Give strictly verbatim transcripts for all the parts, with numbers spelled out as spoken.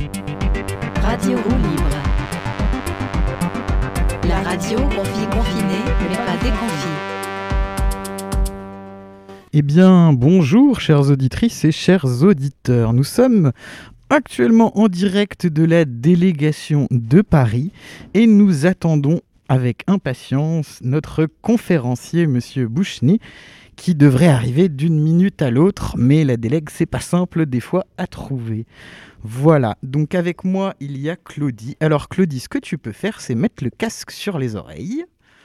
Radio Roue Libre. La radio confie confinée, mais pas déconfie. Eh bien, bonjour chères auditrices et chers auditeurs. Nous sommes actuellement en direct de la délégation de Paris et nous attendons avec impatience notre conférencier, Monsieur Bouchny, qui devrait arriver d'une minute à l'autre, mais la délègue, c'est pas simple des fois à trouver. Voilà, donc avec moi, il y a Claudie. Alors Claudie, ce que tu peux faire, c'est mettre le casque sur les oreilles.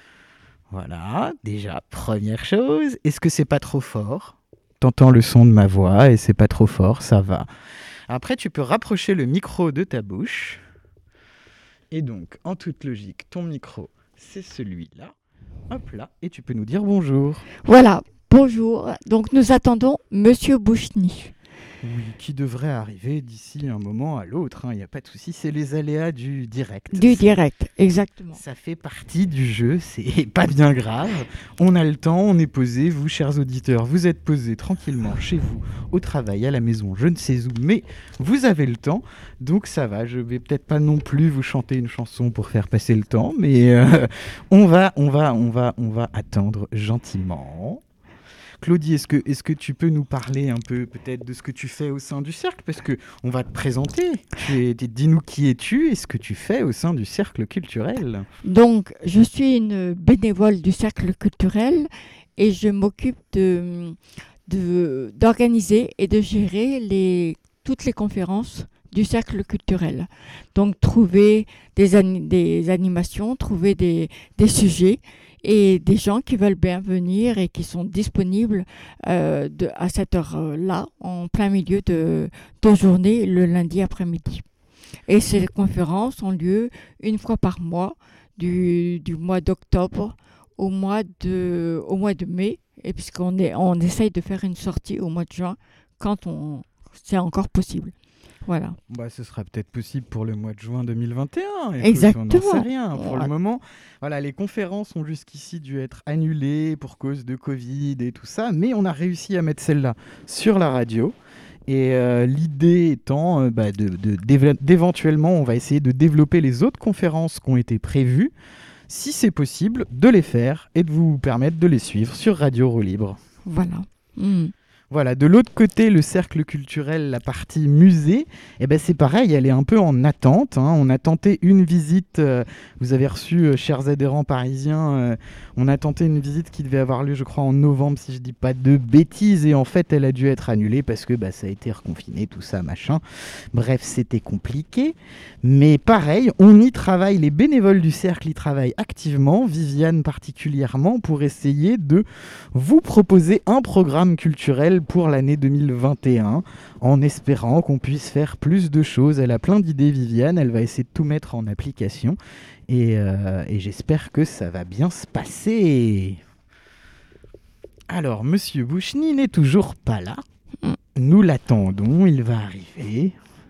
Voilà, déjà, première chose. Est-ce que c'est pas trop fort ? T'entends le son de ma voix et c'est pas trop fort, ça va. Après, tu peux rapprocher le micro de ta bouche. Et donc, en toute logique, ton micro, c'est celui-là. Hop là, et tu peux nous dire bonjour. Voilà, bonjour. Donc nous attendons Monsieur Bouchny. Oui, qui devrait arriver d'ici un moment à l'autre, il hein, n'y a pas de souci, c'est les aléas du direct. Du direct, exactement. Ça fait partie du jeu, c'est pas bien grave. On a le temps, on est posé, vous chers auditeurs, vous êtes posés tranquillement chez vous, au travail, à la maison, je ne sais où, mais vous avez le temps, donc ça va. Je vais peut-être pas non plus vous chanter une chanson pour faire passer le temps, mais euh, on va, on va, on va, on va attendre gentiment. Claudie, est-ce que, est-ce que tu peux nous parler un peu peut-être de ce que tu fais au sein du cercle ? Parce qu'on va te présenter. Tu es, dis-nous qui es-tu et ce que tu fais au sein du cercle culturel. Donc, je suis une bénévole du cercle culturel et je m'occupe de, de, d'organiser et de gérer les, toutes les conférences du cercle culturel. Donc, trouver des, an- des animations, trouver des, des sujets et des gens qui veulent bien venir et qui sont disponibles euh, de, à cette heure-là, en plein milieu de, de journée, le lundi après-midi. Et ces conférences ont lieu une fois par mois, du, du mois d'octobre au mois de, au mois de mai, et puisqu'on est, on essaye de faire une sortie au mois de juin quand on, c'est encore possible. Voilà. Bah, ce sera peut-être possible pour le mois de juin deux mille vingt et un. Écoute, exactement. On n'en sait rien. Pour voilà. Le moment, voilà, les conférences ont jusqu'ici dû être annulées pour cause de Covid et tout ça, mais on a réussi à mettre celle-là sur la radio. Et euh, l'idée étant euh, bah, de, de, d'éve- d'éventuellement, on va essayer de développer les autres conférences qui ont été prévues, si c'est possible, de les faire et de vous permettre de les suivre sur Radio Roue Libre. Voilà. Mmh. Voilà, de l'autre côté, le cercle culturel, la partie musée, eh ben c'est pareil, elle est un peu en attente. Hein. On a tenté une visite, euh, vous avez reçu, euh, chers adhérents parisiens, euh, on a tenté une visite qui devait avoir lieu, je crois, en novembre, si je dis pas de bêtises, et en fait, elle a dû être annulée parce que bah, ça a été reconfiné, tout ça, machin. Bref, c'était compliqué. Mais pareil, on y travaille, les bénévoles du cercle y travaillent activement, Viviane particulièrement, pour essayer de vous proposer un programme culturel pour l'année deux mille vingt et un, en espérant qu'on puisse faire plus de choses. Elle a plein d'idées, Viviane, elle va essayer de tout mettre en application et, euh, et j'espère que ça va bien se passer. Alors, Monsieur Bouchny n'est toujours pas là. Nous l'attendons, il va arriver.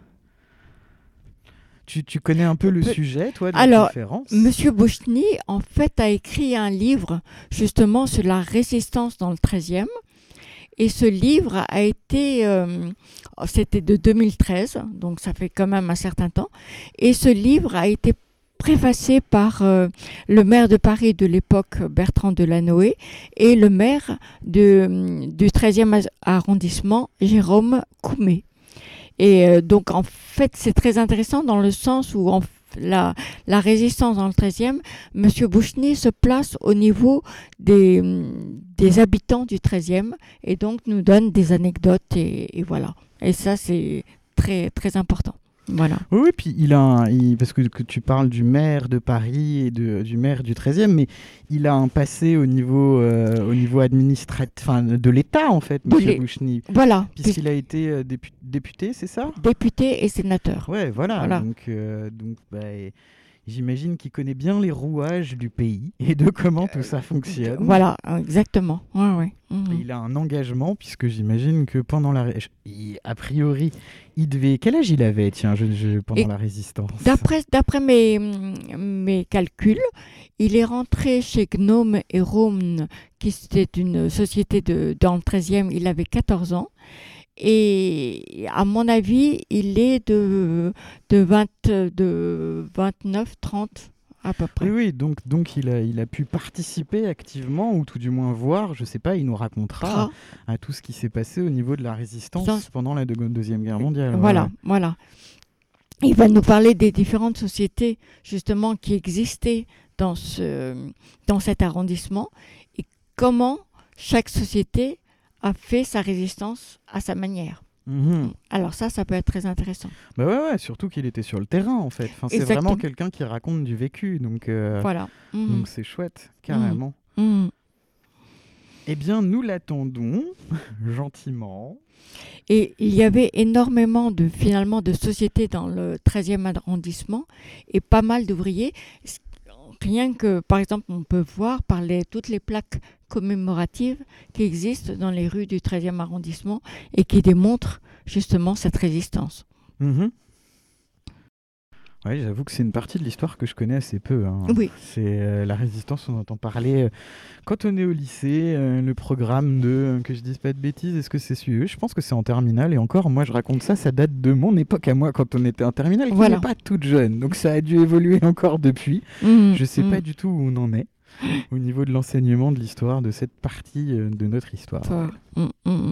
Tu, tu connais un peu le Pe- sujet, toi, de Alors, la conférence ? Monsieur Bouchny, en fait, a écrit un livre justement sur la résistance dans le treizième. Et ce livre a été, euh, c'était de deux mille treize, donc ça fait quand même un certain temps. Et ce livre a été préfacé par euh, le maire de Paris de l'époque, Bertrand Delanoë, et le maire de, du treizième arrondissement, Jérôme Coumet. Et euh, donc, en fait, c'est très intéressant dans le sens où en La, la résistance dans le treizième, M. Bouchny se place au niveau des, des habitants du treizième et donc nous donne des anecdotes et, et voilà. Et ça, c'est très, très important. Voilà. Oui, oui, puis il a un, il, parce que, que tu parles du maire de Paris et de, du maire du treizième, mais il a un passé au niveau, euh, au niveau administratif, enfin de l'État en fait, M. Les... Bouchny. Voilà. Puisqu'il a été euh, dépu- député, c'est ça ? Député et sénateur. Ouais, voilà. voilà. Donc, euh, donc bah, et, j'imagine qu'il connaît bien les rouages du pays et de comment tout ça fonctionne. Voilà, exactement. Ouais, ouais. Mmh. Il a un engagement, puisque j'imagine que pendant la... Ré... Il, a priori, il devait... Quel âge il avait, tiens, je, je, pendant et la résistance ? D'après, d'après mes, mes calculs, il est rentré chez Gnome et Rhône, qui était une société de, dans le treizième, il avait quatorze ans. Et à mon avis, il est de, de, vingt, de vingt-neuf trente à peu près. Oui, oui, donc, donc il, a, il a pu participer activement, ou tout du moins voir, je sais pas, il nous racontera à, à tout ce qui s'est passé au niveau de la résistance Sans... pendant la de- Deuxième Guerre mondiale. Voilà, ouais. voilà. Il va nous parler des différentes sociétés, justement, qui existaient dans, ce, dans cet arrondissement et comment chaque société a fait sa résistance à sa manière. Mmh. Alors ça, ça peut être très intéressant. Bah ouais, ouais, surtout qu'il était sur le terrain en fait. Enfin, c'est vraiment quelqu'un qui raconte du vécu, donc euh, voilà. Mmh. Donc c'est chouette, carrément. Mmh. Mmh. Eh bien, nous l'attendons gentiment. Et il y avait énormément de finalement de sociétés dans le treizième arrondissement et pas mal d'ouvriers. Rien que, par exemple, on peut voir par les, toutes les plaques commémoratives qui existent dans les rues du treizième arrondissement et qui démontrent justement cette résistance. Mmh. Oui, j'avoue que c'est une partie de l'histoire que je connais assez peu. Hein. Oui. C'est euh, la résistance, on entend parler euh, quand on est au lycée, euh, le programme de, euh, que je dise pas de bêtises, est-ce que c'est celui-là ? Je pense que c'est en terminale, et encore, moi je raconte ça, ça date de mon époque à moi quand on était en terminale, qui voilà. n'est pas toute jeune, donc ça a dû évoluer encore depuis. Mmh, je sais mmh. pas du tout où on en est au niveau de l'enseignement de l'histoire, de cette partie euh, de notre histoire. Mmh, mmh.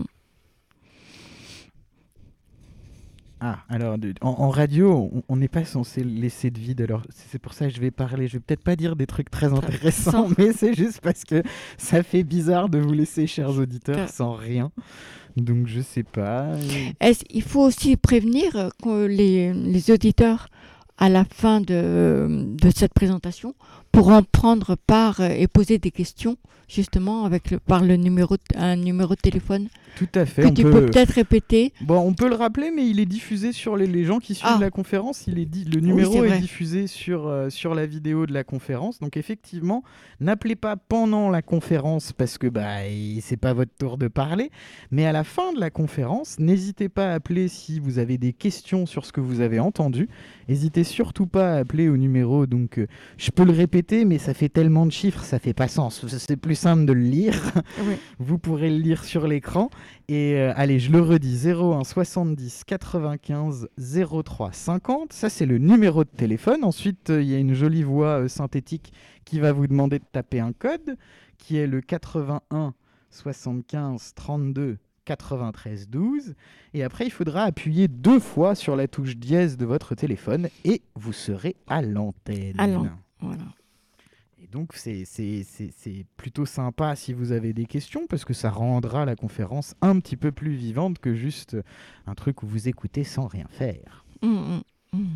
Ah, alors en, en radio, on n'est pas censé laisser de vide. Alors c'est pour ça que je vais parler. Je vais peut-être pas dire des trucs très intéressants, mais c'est juste parce que ça fait bizarre de vous laisser, chers auditeurs, sans rien. Donc je sais pas. Est-ce, il faut aussi prévenir que les, les auditeurs à la fin de, de cette présentation pourront prendre part et poser des questions justement avec le, par le numéro, un numéro de téléphone. Tout à fait. Que on tu peut... peux peut-être répéter. Bon, on peut le rappeler, mais il est diffusé sur les, les gens qui suivent ah. la conférence. Il est dit, le numéro oui, est, est diffusé sur, euh, sur la vidéo de la conférence. Donc effectivement, n'appelez pas pendant la conférence parce que bah, c'est pas votre tour de parler. Mais à la fin de la conférence, n'hésitez pas à appeler si vous avez des questions sur ce que vous avez entendu. N'hésitez surtout pas à appeler au numéro. Donc, euh, je peux le répéter, mais ça fait tellement de chiffres, ça fait pas sens. C'est plus simple de le lire. Oui. Vous pourrez le lire sur l'écran. Et euh, allez, je le redis, zéro un soixante-dix quatre-vingt-quinze zéro trois cinquante. Ça, c'est le numéro de téléphone. Ensuite, il euh, y a une jolie voix euh, synthétique qui va vous demander de taper un code, qui est le quatre-vingt-un soixante-quinze trente-deux quatre-vingt-treize douze. Et après, il faudra appuyer deux fois sur la touche dièse de votre téléphone et vous serez à l'antenne. À l'antenne, voilà. Et donc, c'est, c'est, c'est, c'est plutôt sympa si vous avez des questions parce que ça rendra la conférence un petit peu plus vivante que juste un truc où vous écoutez sans rien faire. Mmh, mmh.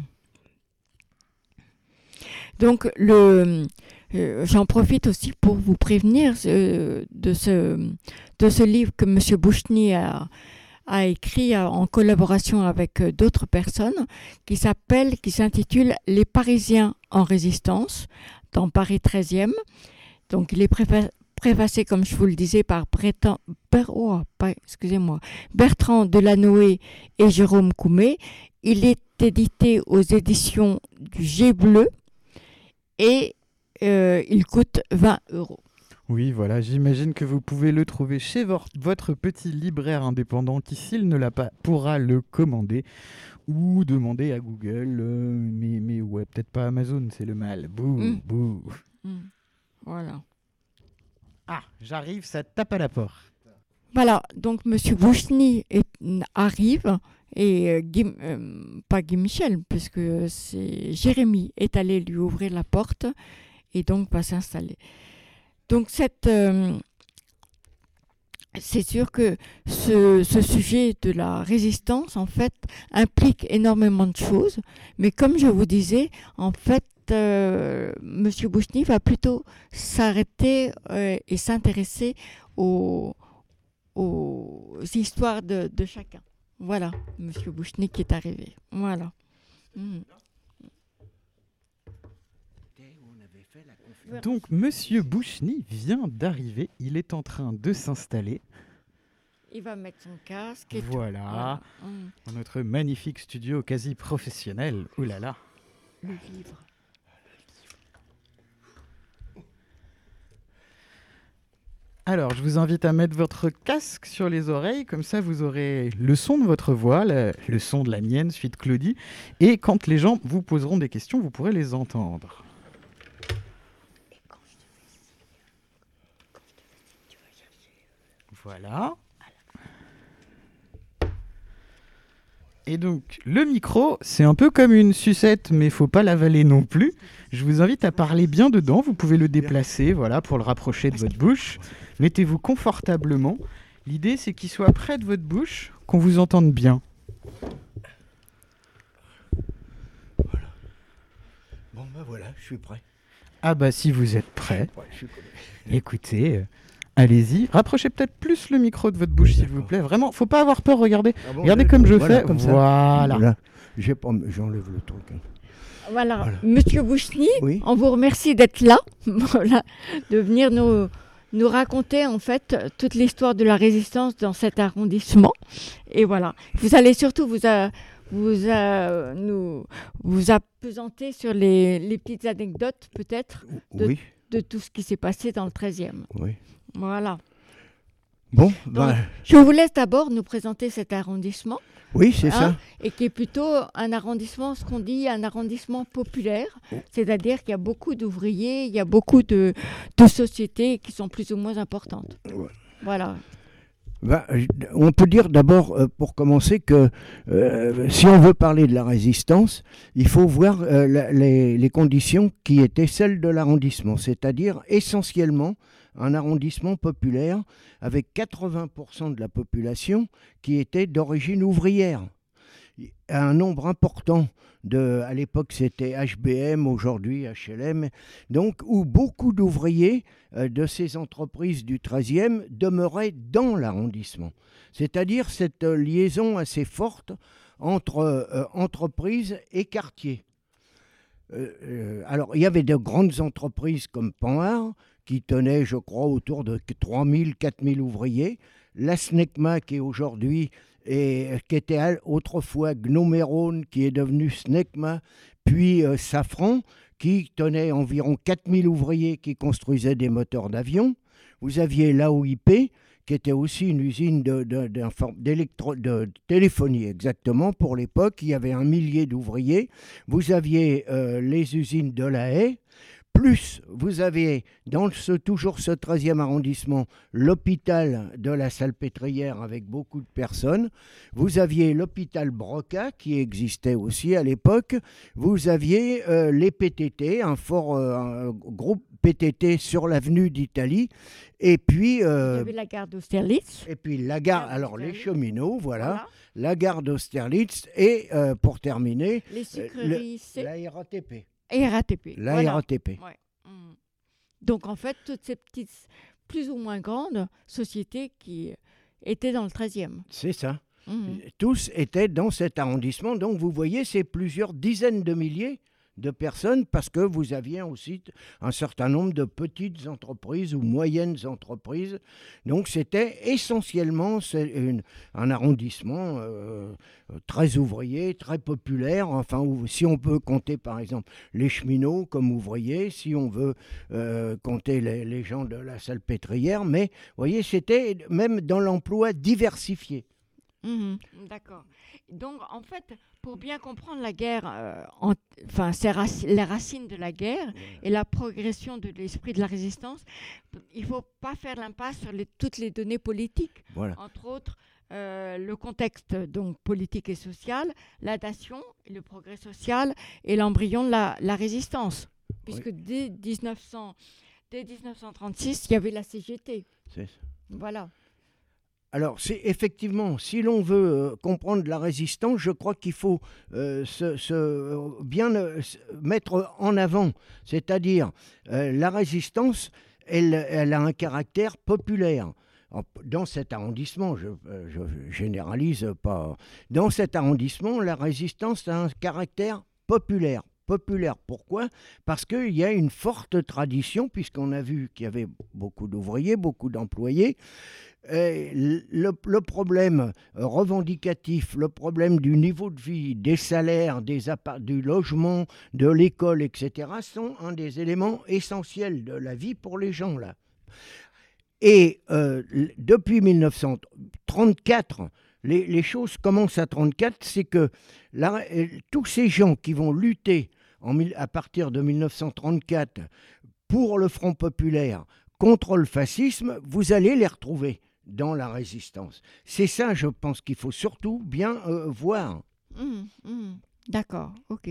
Donc, le... Euh, j'en profite aussi pour vous prévenir euh, de, ce, de ce livre que M. Bouchny a, a écrit en collaboration avec euh, d'autres personnes, qui s'appelle, qui s'intitule « Les Parisiens en résistance » dans Paris treizième. Donc, il est préfa- préfacé, comme je vous le disais, par Breton, Ber, oh, pas, excusez-moi, Bertrand Delanoë et Jérôme Coumet. Il est édité aux éditions du G Bleu et Euh, il coûte vingt euros. Oui, voilà, j'imagine que vous pouvez le trouver chez vo- votre petit libraire indépendant qui, s'il ne l'a pas, pourra le commander ou demander à Google, euh, mais, mais ouais, peut-être pas Amazon, c'est le mal. Bouh, mmh. bouh. Mmh. Voilà. Ah, j'arrive, ça tape à la porte. Voilà, donc M. Bouchny est, arrive et euh, Guy, euh, pas Guy Michel, puisque c'est Jérémy est allé lui ouvrir la porte et donc va s'installer. Donc cette, euh, c'est sûr que ce, ce sujet de la résistance, en fait, implique énormément de choses, mais comme je vous disais, en fait, euh, M. Bouchny va plutôt s'arrêter euh, et s'intéresser aux, aux histoires de, de chacun. Voilà, M. Bouchny qui est arrivé. Voilà. Mmh. Donc, Monsieur Bouchny vient d'arriver. Il est en train de s'installer. Il va mettre son casque. Et voilà. Tout. Voilà. Dans notre magnifique studio quasi professionnel. Ouh là là. Le vivre. Alors, je vous invite à mettre votre casque sur les oreilles, comme ça vous aurez le son de votre voix, le, le son de la mienne, celui de Claudie, et quand les gens vous poseront des questions, vous pourrez les entendre. Voilà. Et donc, le micro, c'est un peu comme une sucette, mais il ne faut pas l'avaler non plus. Je vous invite à parler bien dedans. Vous pouvez le déplacer, voilà, pour le rapprocher de votre bouche. Mettez-vous confortablement. L'idée, c'est qu'il soit près de votre bouche, qu'on vous entende bien. Voilà. Bon, ben voilà, je suis prêt. Ah bah, si vous êtes prêt, Ouais, je suis prêt. écoutez, euh, allez-y. Rapprochez peut-être plus le micro de votre bouche, s'il vous plaît. Vraiment, faut pas avoir peur, regardez. Ah bon, Regardez là, comme je voilà, fais. comme ça. Voilà. Voilà. J'ai pas, j'enlève le truc. hein. Voilà. Voilà. Monsieur Bouchny, Oui. on vous remercie d'être là, voilà, de venir nous, nous raconter en fait toute l'histoire de la résistance dans cet arrondissement. Et voilà, vous allez surtout vous, a- vous, a- nous, vous appesanter sur les, les petites anecdotes peut-être de, Oui, de tout ce qui s'est passé dans le treizième. oui. Voilà. Bon, ben, Je vous laisse d'abord nous présenter cet arrondissement. oui, c'est Hein, ça. et qui est plutôt un arrondissement, ce qu'on dit, un arrondissement populaire. Oh. C'est-à-dire qu'il y a beaucoup d'ouvriers, il y a beaucoup de, de sociétés qui sont plus ou moins importantes. Ouais. Voilà. Ben, je- on peut dire d'abord, euh, pour commencer, que euh, si on veut parler de la résistance, il faut voir euh, la- les, les conditions qui étaient celles de l'arrondissement, c'est-à-dire essentiellement un arrondissement populaire avec quatre-vingts pour cent de la population qui était d'origine ouvrière. Un nombre important de, à l'époque c'était H B M, aujourd'hui H L M, donc où beaucoup d'ouvriers euh, de ces entreprises du treizième demeuraient dans l'arrondissement. C'est-à-dire cette euh, liaison assez forte entre euh, entreprises et quartiers. Euh, euh, alors il y avait de grandes entreprises comme Panhard qui tenaient, je crois, autour de trois mille, quatre mille ouvriers. La SNECMA qui est aujourd'hui et qui était autrefois Gnomérone, qui est devenu SNECMA, puis euh, Safran, qui tenait environ quatre mille ouvriers qui construisaient des moteurs d'avion. Vous aviez l'A O I P, qui était aussi une usine de, de, d'inform- d'électro- de téléphonie, exactement, pour l'époque. Il y avait un millier d'ouvriers. Vous aviez euh, les usines de La Haye. Plus, vous avez dans ce, toujours ce treizième arrondissement l'hôpital de la Salpêtrière avec beaucoup de personnes. Vous aviez l'hôpital Broca qui existait aussi à l'époque. Vous aviez euh, les P T T, un fort euh, un groupe P T T sur l'avenue d'Italie. Et puis, Il y euh, avait la gare d'Austerlitz. et puis la gare, Gare alors les d'Austerlitz. cheminots, voilà, Voilà. la gare d'Austerlitz et euh, pour terminer, Les euh, sucreries C la R A T P. et R A T P. La Voilà. R A T P. Ouais. Mm. Donc en fait, toutes ces petites, plus ou moins grandes sociétés qui étaient dans le treizième. C'est ça. Mhm. Tous étaient dans cet arrondissement. Donc vous voyez, c'est plusieurs dizaines de milliers de personnes parce que vous aviez aussi un certain nombre de petites entreprises ou moyennes entreprises. Donc c'était essentiellement c'est une- un arrondissement euh, très ouvrier, très populaire. Enfin, où- si on peut compter par exemple les cheminots comme ouvriers, si on veut euh, compter les, les gens de la Salpêtrière, mais vous voyez, c'était même dans l'emploi diversifié. Mhm. D'accord. Donc, en fait, pour bien comprendre la guerre, euh, en- enfin, ses raci- les racines de la guerre et la progression de l'esprit de la résistance, il ne faut pas faire l'impasse sur les- toutes les données politiques. Voilà. Entre autres, euh, le contexte donc politique et social, la nation, le progrès social et l'embryon de la, la résistance. Puisque dès, mille neuf cents, dès mille neuf cent trente-six, il y avait la C G T. C'est ça. Voilà. Alors, c'est effectivement, si l'on veut euh, comprendre la résistance, je crois qu'il faut euh, se, se, euh, bien euh, se mettre en avant. C'est-à-dire, euh, la résistance, elle, elle a un caractère populaire. En- Dans cet arrondissement, je, euh, je généralise pas, dans cet arrondissement, la résistance a un caractère populaire. Populaire, pourquoi ? Parce qu'il y a une forte tradition, puisqu'on a vu qu'il y avait beaucoup d'ouvriers, beaucoup d'employés. Et le, le problème revendicatif, le problème du niveau de vie, des salaires, des appart- du logement, de l'école, et cetera, sont un des éléments essentiels de la vie pour les gens là. Et euh, depuis mille neuf cent trente-quatre, les, les choses commencent à trente-quatre, c'est que la, tous ces gens qui vont lutter en, à partir de mille neuf cent trente-quatre pour le Front populaire contre le fascisme, vous allez les retrouver dans la résistance. C'est ça, je pense, qu'il faut surtout bien euh, voir. Mmh, mmh. D'accord, ok.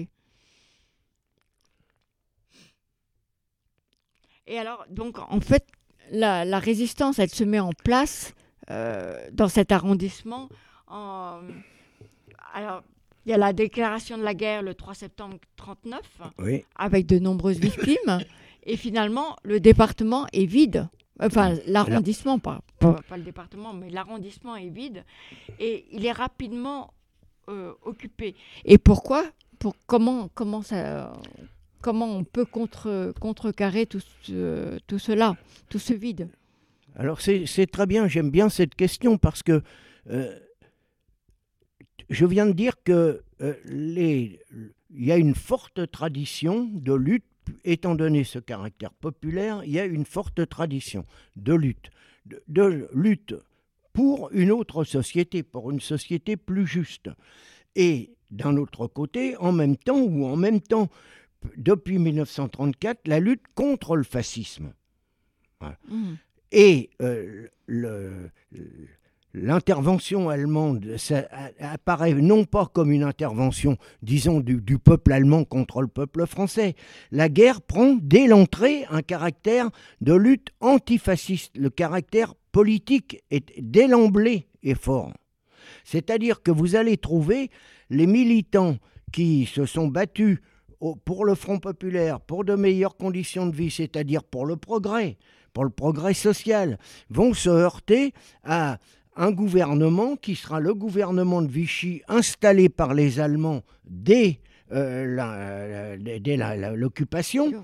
Et alors, donc, en fait, la, la résistance, elle se met en place euh, dans cet arrondissement. En... Alors, il y a la déclaration de la guerre le trois septembre trente-neuf, oui. avec de nombreuses victimes. Et finalement, le département est vide. Enfin, l'arrondissement, pas, pas, pas le département, mais l'arrondissement est vide. Et il est rapidement euh, occupé. Et pourquoi Pour, comment, comment, ça, comment on peut contre, contrecarrer tout, ce, tout cela, tout ce vide? Alors, c'est, c'est très bien. J'aime bien cette question parce que euh, je viens de dire qu'il euh, y a une forte tradition de lutte. Étant donné ce caractère populaire, il y a une forte tradition de lutte, de, de lutte pour une autre société, pour une société plus juste. Et d'un autre côté, en même temps, ou en même temps, depuis mille neuf cent trente-quatre, la lutte contre le fascisme. Voilà. Mmh. Et euh, le, le l'intervention allemande, ça apparaît non pas comme une intervention, disons, du, du peuple allemand contre le peuple français. La guerre prend dès l'entrée un caractère de lutte antifasciste. Le caractère politique est dès l'emblée est fort. C'est-à-dire que vous allez trouver les militants qui se sont battus pour le Front populaire, pour de meilleures conditions de vie, c'est-à-dire pour le progrès, pour le progrès social, vont se heurter à un gouvernement qui sera le gouvernement de Vichy installé par les Allemands dès, euh, la, la, dès la, la, l'occupation.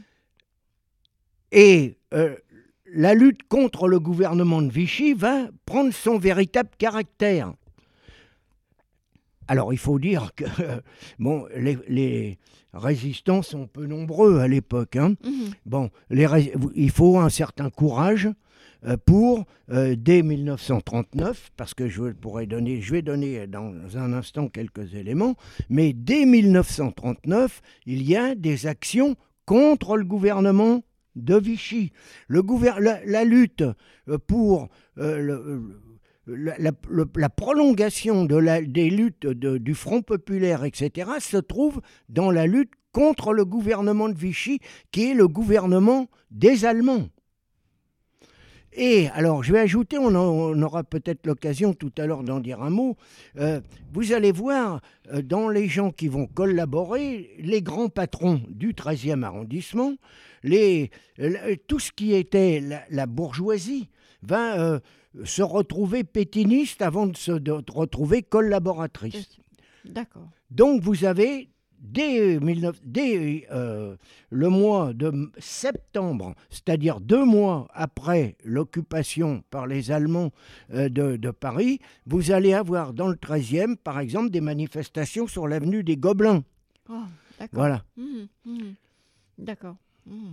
Et euh, la lutte contre le gouvernement de Vichy va prendre son véritable caractère. Alors, il faut dire que bon, les, les résistants sont peu nombreux à l'époque. Hein. Mmh. Bon, les, il faut un certain courage pour, euh, dès mille neuf cent trente-neuf, parce que je, pourrais donner, je vais donner dans un instant quelques éléments, mais dès mille neuf cent trente-neuf, il y a des actions contre le gouvernement de Vichy. Le gouver- la, la lutte pour euh, le, la, la, la prolongation de la, des luttes de, du Front populaire, et cetera, se trouve dans la lutte contre le gouvernement de Vichy, qui est le gouvernement des Allemands. Et alors, je vais ajouter, on, en, on aura peut-être l'occasion tout à l'heure d'en dire un mot, euh, vous allez voir, euh, dans les gens qui vont collaborer, les grands patrons du treizième arrondissement, les, euh, tout ce qui était la, la bourgeoisie va euh, se retrouver pétiniste avant de se de retrouver collaboratrice. D'accord. Donc, vous avez... Dès, dès euh, le mois de septembre, c'est-à-dire deux mois après l'occupation par les Allemands euh, de, de Paris, vous allez avoir dans le treizième, par exemple, des manifestations sur l'avenue des Gobelins. Oh, d'accord. Voilà. Mmh, mmh. D'accord. Mmh.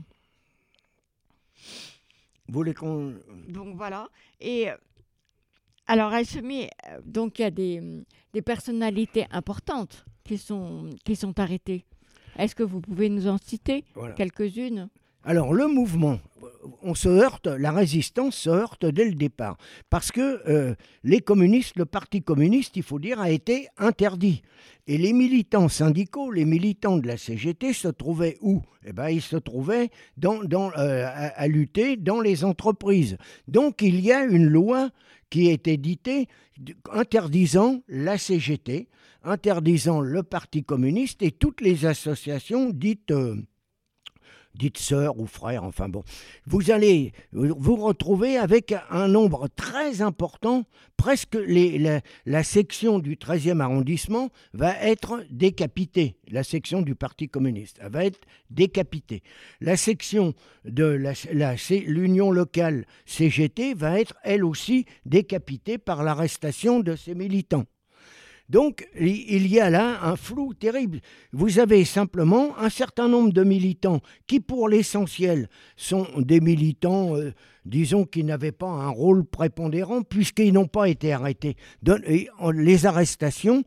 Vous voulez qu'on... Donc voilà. Et alors, elle se met... Donc, il y a des, des personnalités importantes qui sont, qui sont arrêtés. Est-ce que vous pouvez nous en citer voilà. quelques-unes ? Alors, le mouvement, on se heurte, la résistance se heurte dès le départ. Parce que euh, les communistes, le Parti communiste, il faut dire, a été interdit. Et les militants syndicaux, les militants de la C G T se trouvaient où ? Eh bien, ils se trouvaient dans, dans, euh, à, à lutter dans les entreprises. Donc, il y a une loi qui est éditée interdisant la C G T, interdisant le Parti communiste et toutes les associations dites, euh, dites sœurs ou frères, enfin bon. Vous allez vous retrouver avec un nombre très important, presque les, la, la section du treizième arrondissement va être décapitée, la section du Parti communiste elle va être décapitée. La section de la, la, l'union locale C G T va être elle aussi décapitée par l'arrestation de ses militants. Donc, il y a là un flou terrible. Vous avez simplement un certain nombre de militants qui, pour l'essentiel, sont des militants, euh, disons, qui n'avaient pas un rôle prépondérant, puisqu'ils n'ont pas été arrêtés. De, les arrestations...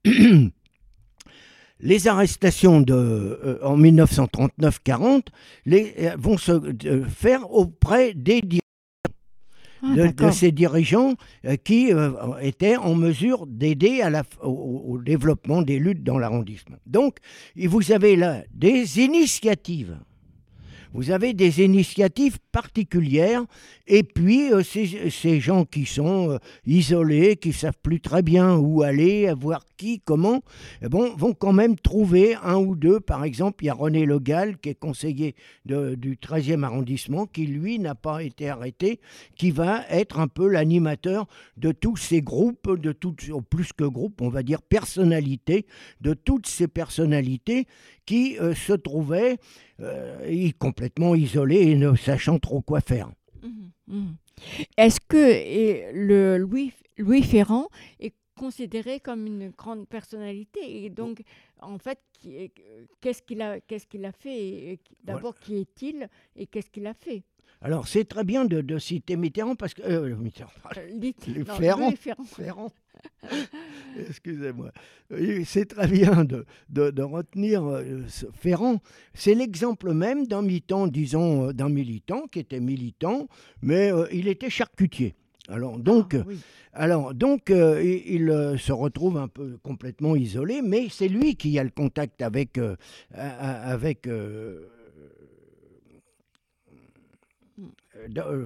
Les arrestations de, euh, en mille neuf cent trente-neuf quarante les, euh, vont se euh, faire auprès des dirigeants. Ah, De, de ces dirigeants euh, qui euh, étaient en mesure d'aider à la, au, au développement des luttes dans l'arrondissement. Donc, vous avez là des initiatives. Vous avez des initiatives particulières et puis euh, ces, ces gens qui sont euh, isolés, qui ne savent plus très bien où aller, voir qui, comment, eh bon, vont quand même trouver un ou deux. Par exemple, il y a René Le Gall qui est conseiller de, du treizième arrondissement qui, lui, n'a pas été arrêté, qui va être un peu l'animateur de tous ces groupes, de toutes, plus que groupes, on va dire personnalités, de toutes ces personnalités qui euh, se trouvaient euh, complètement isolés et ne sachant trop quoi faire. Mmh, mmh. Est-ce que et le Louis, Louis Ferrand est considéré comme une grande personnalité et donc en fait qui, qu'est-ce qu'il a qu'est-ce qu'il a fait d'abord voilà. Qui est-il et qu'est-ce qu'il a fait? Alors c'est très bien de, de citer Mitterrand parce que euh, Mitterrand, Dites, les non, Ferrand, Ferrand. Ferrand. Excusez-moi. C'est très bien de, de, de retenir euh, Ferrand. C'est l'exemple même d'un militant, disons, d'un militant qui était militant, mais euh, il était charcutier. Alors donc, ah, oui. alors, donc euh, il, il euh, se retrouve un peu complètement isolé, mais c'est lui qui a le contact avec... Euh, avec euh, euh,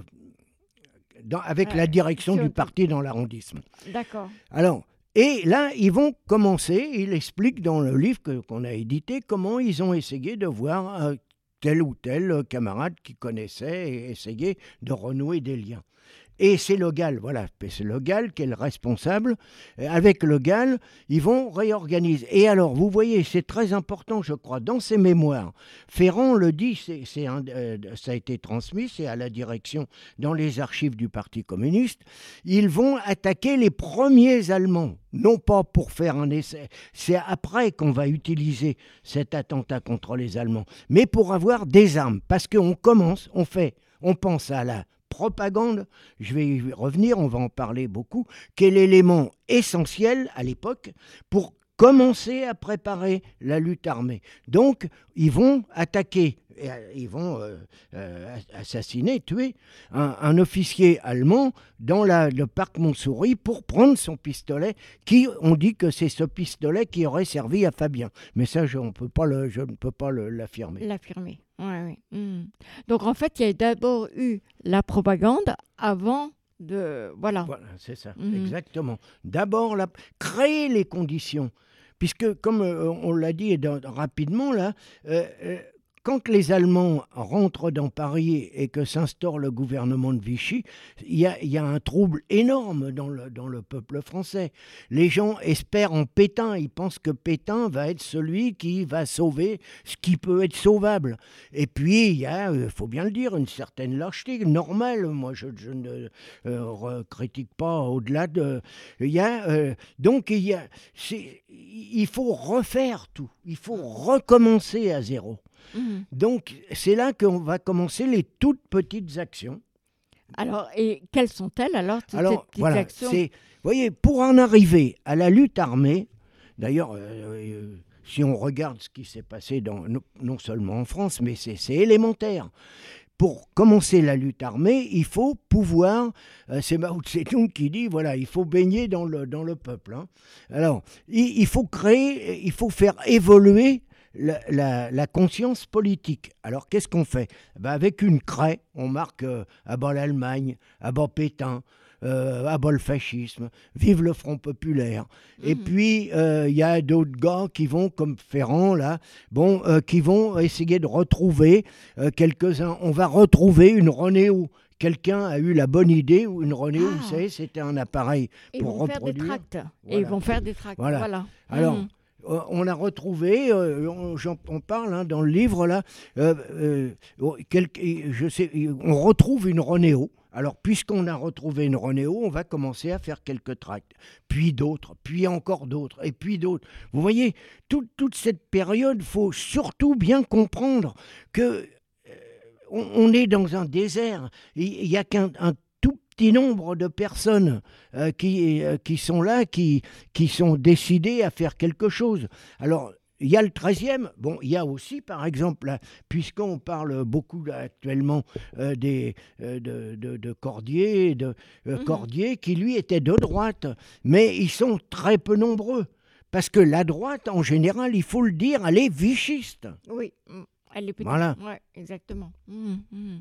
Dans, avec ouais, la direction du parti dans l'arrondissement. D'accord. Alors, et là, ils vont commencer, il explique dans le livre que, qu'on a édité, comment ils ont essayé de voir euh, tel ou tel camarade qu'ils connaissaient et essayer de renouer des liens. Et c'est Le Gall, voilà, c'est Le Gall qui est le responsable. Avec Le Gall, ils vont réorganiser. Et alors, vous voyez, c'est très important, je crois, dans ses mémoires. Ferrand le dit, c'est, c'est un, euh, ça a été transmis, c'est à la direction dans les archives du Parti communiste. Ils vont attaquer les premiers Allemands, non pas pour faire un essai. C'est après qu'on va utiliser cet attentat contre les Allemands, mais pour avoir des armes. Parce qu'on commence, on fait, on pense à la propagande, je vais y revenir, on va en parler beaucoup, qui est l'élément essentiel à l'époque pour commencer à préparer la lutte armée. Donc, ils vont attaquer, ils vont euh, euh, assassiner, tuer un, un officier allemand dans la, le parc Montsouris pour prendre son pistolet, qui, on dit que c'est ce pistolet qui aurait servi à Fabien. Mais ça, je, on peut pas le, je ne peux pas le, l'affirmer. L'affirmer. Ouais, oui. Mmh. Donc en fait, il y a d'abord eu la propagande avant de... Voilà. Voilà, c'est ça, mmh. exactement. D'abord, la... créer les conditions. Puisque, comme euh, on l'a dit dans, rapidement, là, euh, euh, quand les Allemands rentrent dans Paris et que s'instaure le gouvernement de Vichy, il y a, y a un trouble énorme dans le, dans le peuple français. Les gens espèrent en Pétain, ils pensent que Pétain va être celui qui va sauver ce qui peut être sauvable. Et puis, il y a, il faut bien le dire, une certaine lâcheté normale. Moi, je, je ne euh, critique pas au-delà de... Il y a, euh, donc, il, y a, c'est, il faut refaire tout, il faut recommencer à zéro. Mmh. Donc, c'est là qu'on va commencer les toutes petites actions. Alors, et quelles sont-elles alors, toutes alors, ces petites voilà, actions c'est, vous voyez, pour en arriver à la lutte armée, d'ailleurs, euh, euh, si on regarde ce qui s'est passé dans, non, non seulement en France, mais c'est, c'est élémentaire. Pour commencer la lutte armée, il faut pouvoir, euh, c'est Mao Tse-tung qui dit, voilà, il faut baigner dans le, dans le peuple. Hein. Alors, il, il faut créer, il faut faire évoluer La, la, la conscience politique. Alors, qu'est-ce qu'on fait ? Ben, avec une craie, on marque euh, à bas l'Allemagne, à bas Pétain, euh, à bas le fascisme, vive le Front populaire. Mmh. Et puis, il euh, y a d'autres gars qui vont, comme Ferrand, là, bon, euh, qui vont essayer de retrouver euh, quelques-uns. On va retrouver une Renéo. Quelqu'un a eu la bonne idée, ou une Renéo, ah. vous savez, c'était un appareil et pour reproduire. Faire des tracts. Voilà. Et ils vont faire des tracts. Voilà. voilà. Alors, mmh. on a retrouvé, euh, on, on parle hein, dans le livre là, euh, euh, quelque, je sais, on retrouve une Renéo Alors, puisqu'on a retrouvé une Renéo, on va commencer à faire quelques tracts, puis d'autres, puis encore d'autres, et puis d'autres. Vous voyez, tout, toute cette période, il faut surtout bien comprendre que euh, on, on est dans un désert. Il n'y a qu'un un tout petit nombre de personnes euh, qui, euh, qui sont là, qui, qui sont décidées à faire quelque chose. Alors, il y a le treizième, bon, il y a aussi, par exemple, là, puisqu'on parle beaucoup là, actuellement euh, des, euh, de, de, de Cordier, de, euh, mmh. Cordier, qui lui était de droite, mais ils sont très peu nombreux, parce que la droite, en général, il faut le dire, elle est vichiste. Oui, elle est petite. Voilà. Ouais, exactement. Mmh, mmh.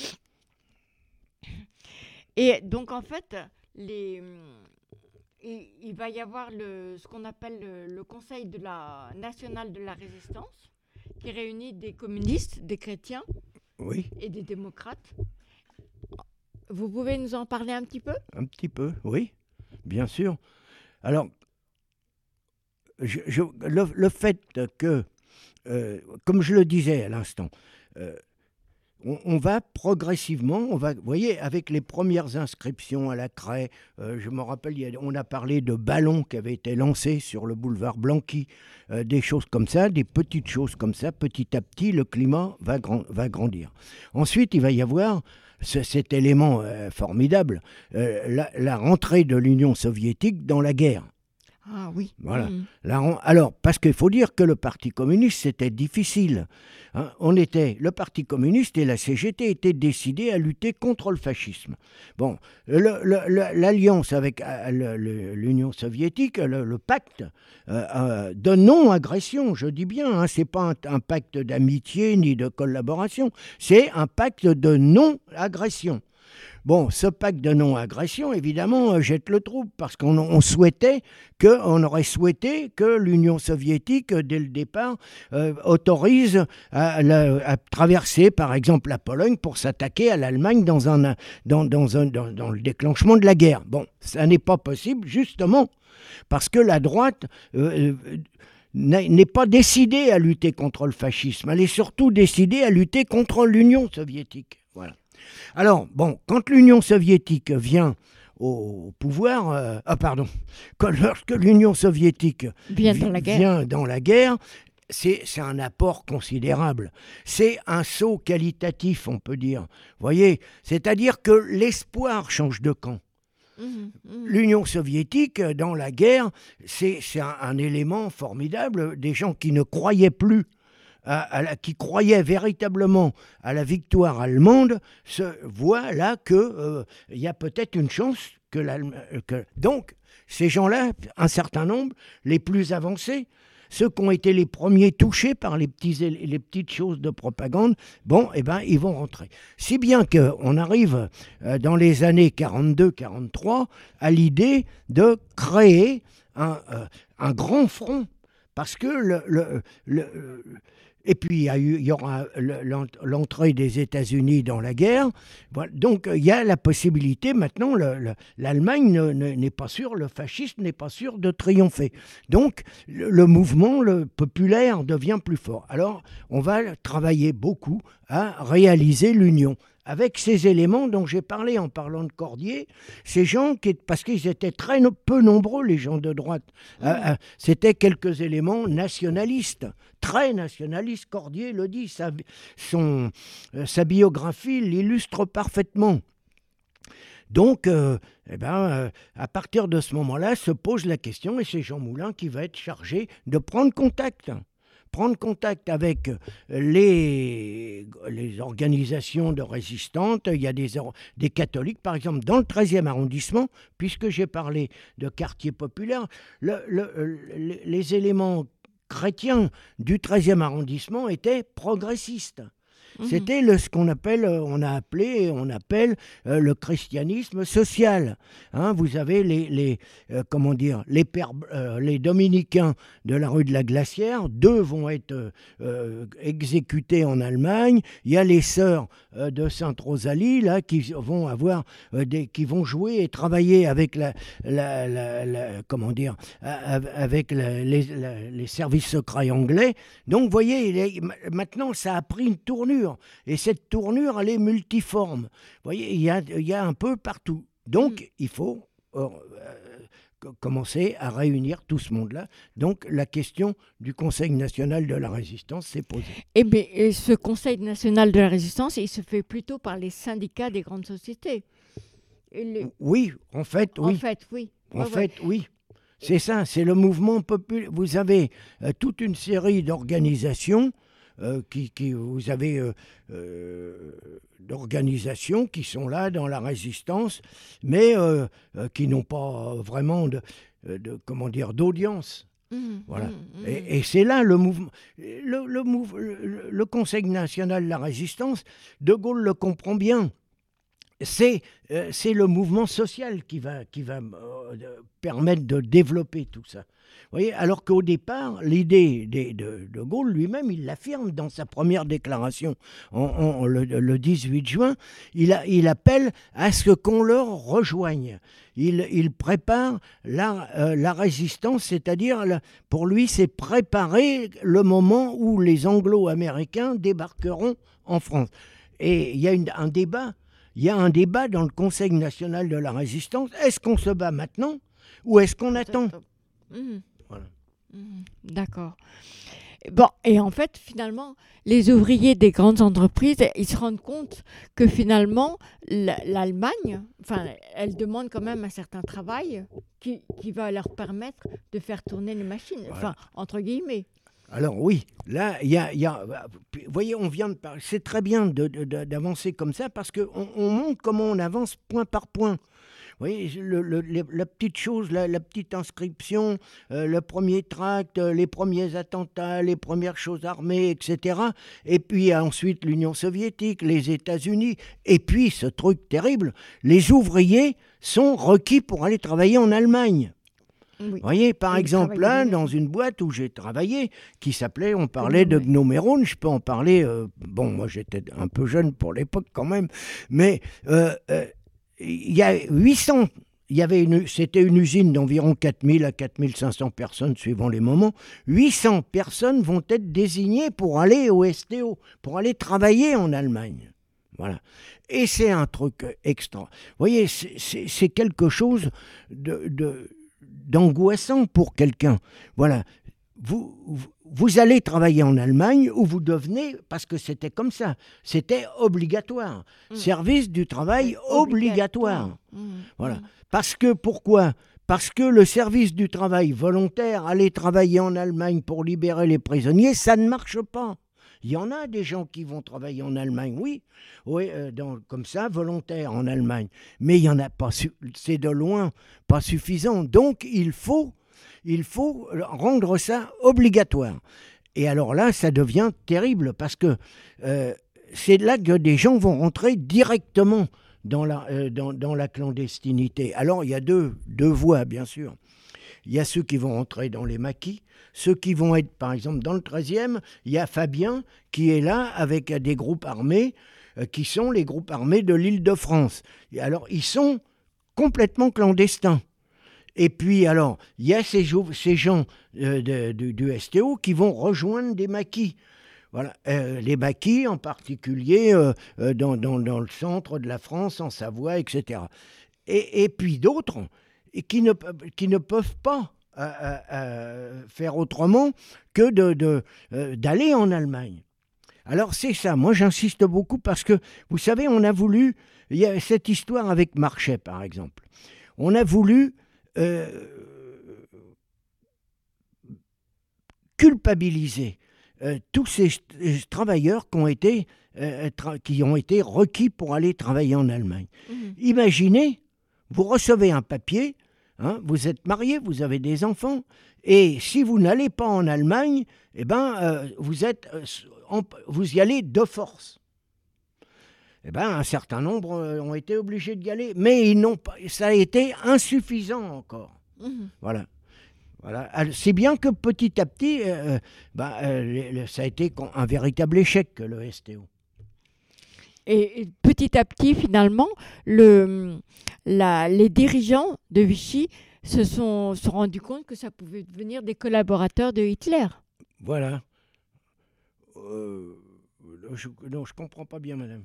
Et donc, en fait, les... Et il va y avoir le, ce qu'on appelle le, le Conseil de la, national de la résistance, qui réunit des communistes, des chrétiens oui. et des démocrates. Vous pouvez nous en parler un petit peu ? Un petit peu, oui, bien sûr. Alors, je, je, le, le fait que, euh, comme je le disais à l'instant, euh, On, on va progressivement, on va, vous voyez, avec les premières inscriptions à la craie, euh, je me rappelle, il y a, on a parlé de ballons qui avaient été lancés sur le boulevard Blanqui, euh, des choses comme ça, des petites choses comme ça, petit à petit, le climat va, grand, va grandir. Ensuite, il va y avoir ce, cet élément euh, formidable, euh, la, la rentrée de l'Union soviétique dans la guerre. Ah oui. Voilà. Mmh. La, alors, parce qu'il faut dire que le Parti communiste, c'était difficile. Hein. On était, le Parti communiste et la C G T étaient décidés à lutter contre le fascisme. Bon, le, le, le, l'alliance avec le, le, l'Union soviétique, le, le pacte euh, euh, de non-agression, je dis bien, hein, c'est pas un, un pacte d'amitié ni de collaboration, c'est un pacte de non-agression. Bon, ce pacte de non-agression, évidemment, jette le trouble, parce qu'on on souhaitait que, on aurait souhaité que l'Union soviétique, dès le départ, euh, autorise à, à, à traverser, par exemple, la Pologne pour s'attaquer à l'Allemagne dans, un, dans, dans, un, dans, dans le déclenchement de la guerre. Bon, ça n'est pas possible, justement, parce que la droite euh, n'est pas décidée à lutter contre le fascisme, elle est surtout décidée à lutter contre l'Union soviétique. Voilà. Alors, bon, quand l'Union soviétique vient au pouvoir, euh, ah pardon, quand, lorsque l'Union soviétique vient dans la guerre, vient dans la guerre c'est, c'est un apport considérable. C'est un saut qualitatif, on peut dire. Vous voyez, c'est-à-dire que l'espoir change de camp. Mmh, mmh. L'Union soviétique, dans la guerre, c'est, c'est un, un élément formidable. Des gens qui ne croyaient plus À, à la, qui croyaient véritablement à la victoire allemande, se voient là qu'il euh, y a peut-être une chance que l'Allemagne... Que... Donc, ces gens-là, un certain nombre, les plus avancés, ceux qui ont été les premiers touchés par les, petits, les petites choses de propagande, bon, eh ben, ils vont rentrer. Si bien qu'on arrive euh, dans les années quarante-deux quarante-trois à l'idée de créer un, euh, un grand front. Parce que le... le, le Et puis, il y, a eu, il y aura l'entrée des États-Unis dans la guerre. Voilà. Donc, il y a la possibilité, maintenant, le, le, l'Allemagne ne, ne, n'est pas sûre, le fascisme n'est pas sûr de triompher. Donc, le, le mouvement le populaire devient plus fort. Alors, on va travailler beaucoup à réaliser l'union. Avec ces éléments dont j'ai parlé en parlant de Cordier, ces gens, qui, parce qu'ils étaient très no- peu nombreux, les gens de droite, mmh. euh, euh, c'était quelques éléments nationalistes, très nationalistes. Cordier le dit, sa, son, euh, sa biographie l'illustre parfaitement. Donc, euh, eh ben, euh, à partir de ce moment-là, se pose la question, et c'est Jean Moulin qui va être chargé de prendre contact. Prendre contact avec les, les organisations de résistantes. Il y a des, des catholiques, par exemple, dans le treizième arrondissement, puisque j'ai parlé de quartier populaire, le, le, le, les éléments chrétiens du treizième arrondissement étaient progressistes. Mmh. C'était le, ce qu'on appelle, on a appelé, on appelle euh, le christianisme social. Hein, vous avez les, les euh, comment dire, les, per, euh, les dominicains de la rue de la Glacière. Deux vont être euh, exécutés en Allemagne. Il y a les sœurs euh, de Sainte-Rosalie là qui vont avoir, euh, des, qui vont jouer et travailler avec la, la, la, la comment dire, avec la, les, la, les services secrets anglais. Donc, vous voyez, les, maintenant, ça a pris une tournure. tournure. Et cette tournure, elle est multiforme. Vous voyez, il y a, il y a un peu partout. Donc, mmh. il faut euh, euh, commencer à réunir tout ce monde-là. Donc, la question du Conseil national de la résistance s'est posée. Eh bien, et ce Conseil national de la résistance, il se fait plutôt par les syndicats des grandes sociétés. Les... Oui, en fait, oui. En fait, oui. En ouais, fait, ouais. oui. C'est ça, c'est le mouvement populaire. Vous avez euh, toute une série d'organisations, euh, qui, qui, vous avez euh, euh, d'organisations qui sont là dans la résistance, mais euh, euh, qui n'ont pas vraiment de, de comment dire, d'audience. Mmh, voilà. Mmh, et, et c'est là le mouvement, le, le, mouve, le, le Conseil national de la résistance. De Gaulle le comprend bien. C'est, euh, c'est le mouvement social qui va, qui va euh, permettre de développer tout ça. Vous voyez, alors qu'au départ, l'idée de, de, de Gaulle lui-même, il l'affirme dans sa première déclaration en, en, le, le dix-huit juin, il, a, il appelle à ce qu'on leur rejoigne. Il, il prépare la, euh, la résistance, c'est-à-dire, la, pour lui, c'est préparer le moment où les Anglo-Américains débarqueront en France. Et il y a une, un débat. Il y a un débat dans le Conseil national de la résistance. Est-ce qu'on se bat maintenant ou est-ce qu'on attend ? Mmh. Voilà. Mmh. D'accord. Bon, et en fait, finalement, les ouvriers des grandes entreprises, ils se rendent compte que finalement, l'Allemagne, enfin, elle demande quand même un certain travail qui, qui va leur permettre de faire tourner les machines, voilà. Enfin, entre guillemets. Alors oui, là, il y a, y a... Vous voyez, on vient de parler... C'est très bien de, de, d'avancer comme ça parce qu'on on montre comment on avance point par point. Vous voyez, le, le, la petite chose, la, la petite inscription, euh, le premier tract, les premiers attentats, les premières choses armées, et cetera. Et puis ensuite l'Union soviétique, les États-Unis. Et puis, ce truc terrible, les ouvriers sont requis pour aller travailler en Allemagne. Oui. Vous voyez, par oui, exemple, là, dans une boîte où j'ai travaillé, qui s'appelait, on parlait de Gnomeron, je peux en parler, euh, bon, moi j'étais un peu jeune pour l'époque quand même, mais euh, euh, il y a huit cents, il y avait une, c'était une usine d'environ quatre mille à quatre mille cinq cents personnes, suivant les moments, huit cents personnes vont être désignées pour aller au S T O, pour aller travailler en Allemagne. Voilà. Et c'est un truc extra. Vous voyez, c'est, c'est, c'est quelque chose de... de d'angoissant pour quelqu'un. Voilà. Vous, vous, vous allez travailler en Allemagne ou vous devenez, parce que c'était comme ça, c'était obligatoire. Mmh. Service du travail obligatoire. obligatoire. Mmh. Voilà. Mmh. Parce que, pourquoi ? Parce que le service du travail volontaire, aller travailler en Allemagne pour libérer les prisonniers, ça ne marche pas. Il y en a des gens qui vont travailler en Allemagne, oui, oui euh, dans, comme ça, volontaire en Allemagne. Mais il y en a pas, c'est de loin pas suffisant. Donc, il faut, il faut rendre ça obligatoire. Et alors là, ça devient terrible parce que euh, c'est là que des gens vont rentrer directement dans la, euh, dans, dans la clandestinité. Alors, il y a deux, deux voies, bien sûr. Il y a ceux qui vont rentrer dans les maquis, ceux qui vont être, par exemple, dans le treizième, il y a Fabien qui est là avec des groupes armés, euh, qui sont les groupes armés de l'Île-de-France. Et alors, ils sont complètement clandestins. Et puis, alors, il y a ces, ces gens euh, de, de, du S T O qui vont rejoindre des maquis. Voilà, euh, les maquis en particulier euh, euh, dans, dans, dans le centre de la France, en Savoie, et cetera. Et, et puis d'autres... et qui ne, qui ne peuvent pas euh, euh, faire autrement que de, de, euh, d'aller en Allemagne. Alors c'est ça, moi j'insiste beaucoup parce que, vous savez, on a voulu, il y a cette histoire avec Marchais par exemple, on a voulu euh, culpabiliser euh, tous ces travailleurs qui ont été, euh, tra- qui ont été requis pour aller travailler en Allemagne. Mmh. Imaginez, vous recevez un papier, hein, vous êtes marié, vous avez des enfants, et si vous n'allez pas en Allemagne, eh ben, euh, vous, êtes, euh, en, vous y allez de force. Eh ben, un certain nombre euh, ont été obligés d'y aller, mais ils n'ont pas, ça a été insuffisant encore. Mmh. Voilà. Voilà. C'est bien que petit à petit, euh, bah, euh, ça a été un véritable échec, le S T O. Et petit à petit, finalement, le, la, les dirigeants de Vichy se sont, sont rendus compte que ça pouvait devenir des collaborateurs de Hitler. Voilà. Euh, je, non, je comprends pas bien, madame.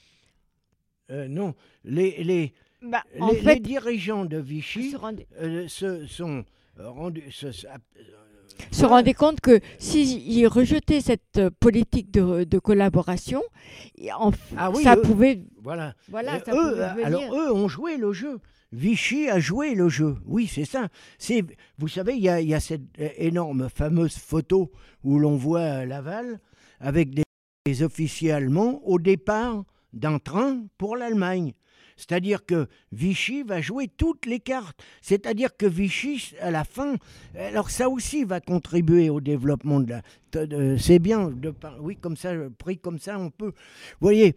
Euh, non, les, les, Bah, en les, fait, les dirigeants de Vichy se rendaient, euh, se sont euh, rendus... Se, se- euh, se rendaient compte que s'ils rejetaient cette euh, politique de, de collaboration, et en f- Ah oui, ça eux- pouvait... voilà. Voilà, Euh, ça eux, pouvait euh, venir. alors eux ont joué le jeu. Vichy a joué le jeu. Oui, c'est ça. C'est, vous savez, il y a, il y a cette euh, énorme fameuse photo où l'on voit euh, Laval avec des, des officiers allemands au départ d'un train pour l'Allemagne. C'est-à-dire que Vichy va jouer toutes les cartes. C'est-à-dire que Vichy, à la fin, alors ça aussi va contribuer au développement de la... de- de- c'est bien, de, par- oui, comme ça, pris comme ça, on peut... Vous voyez,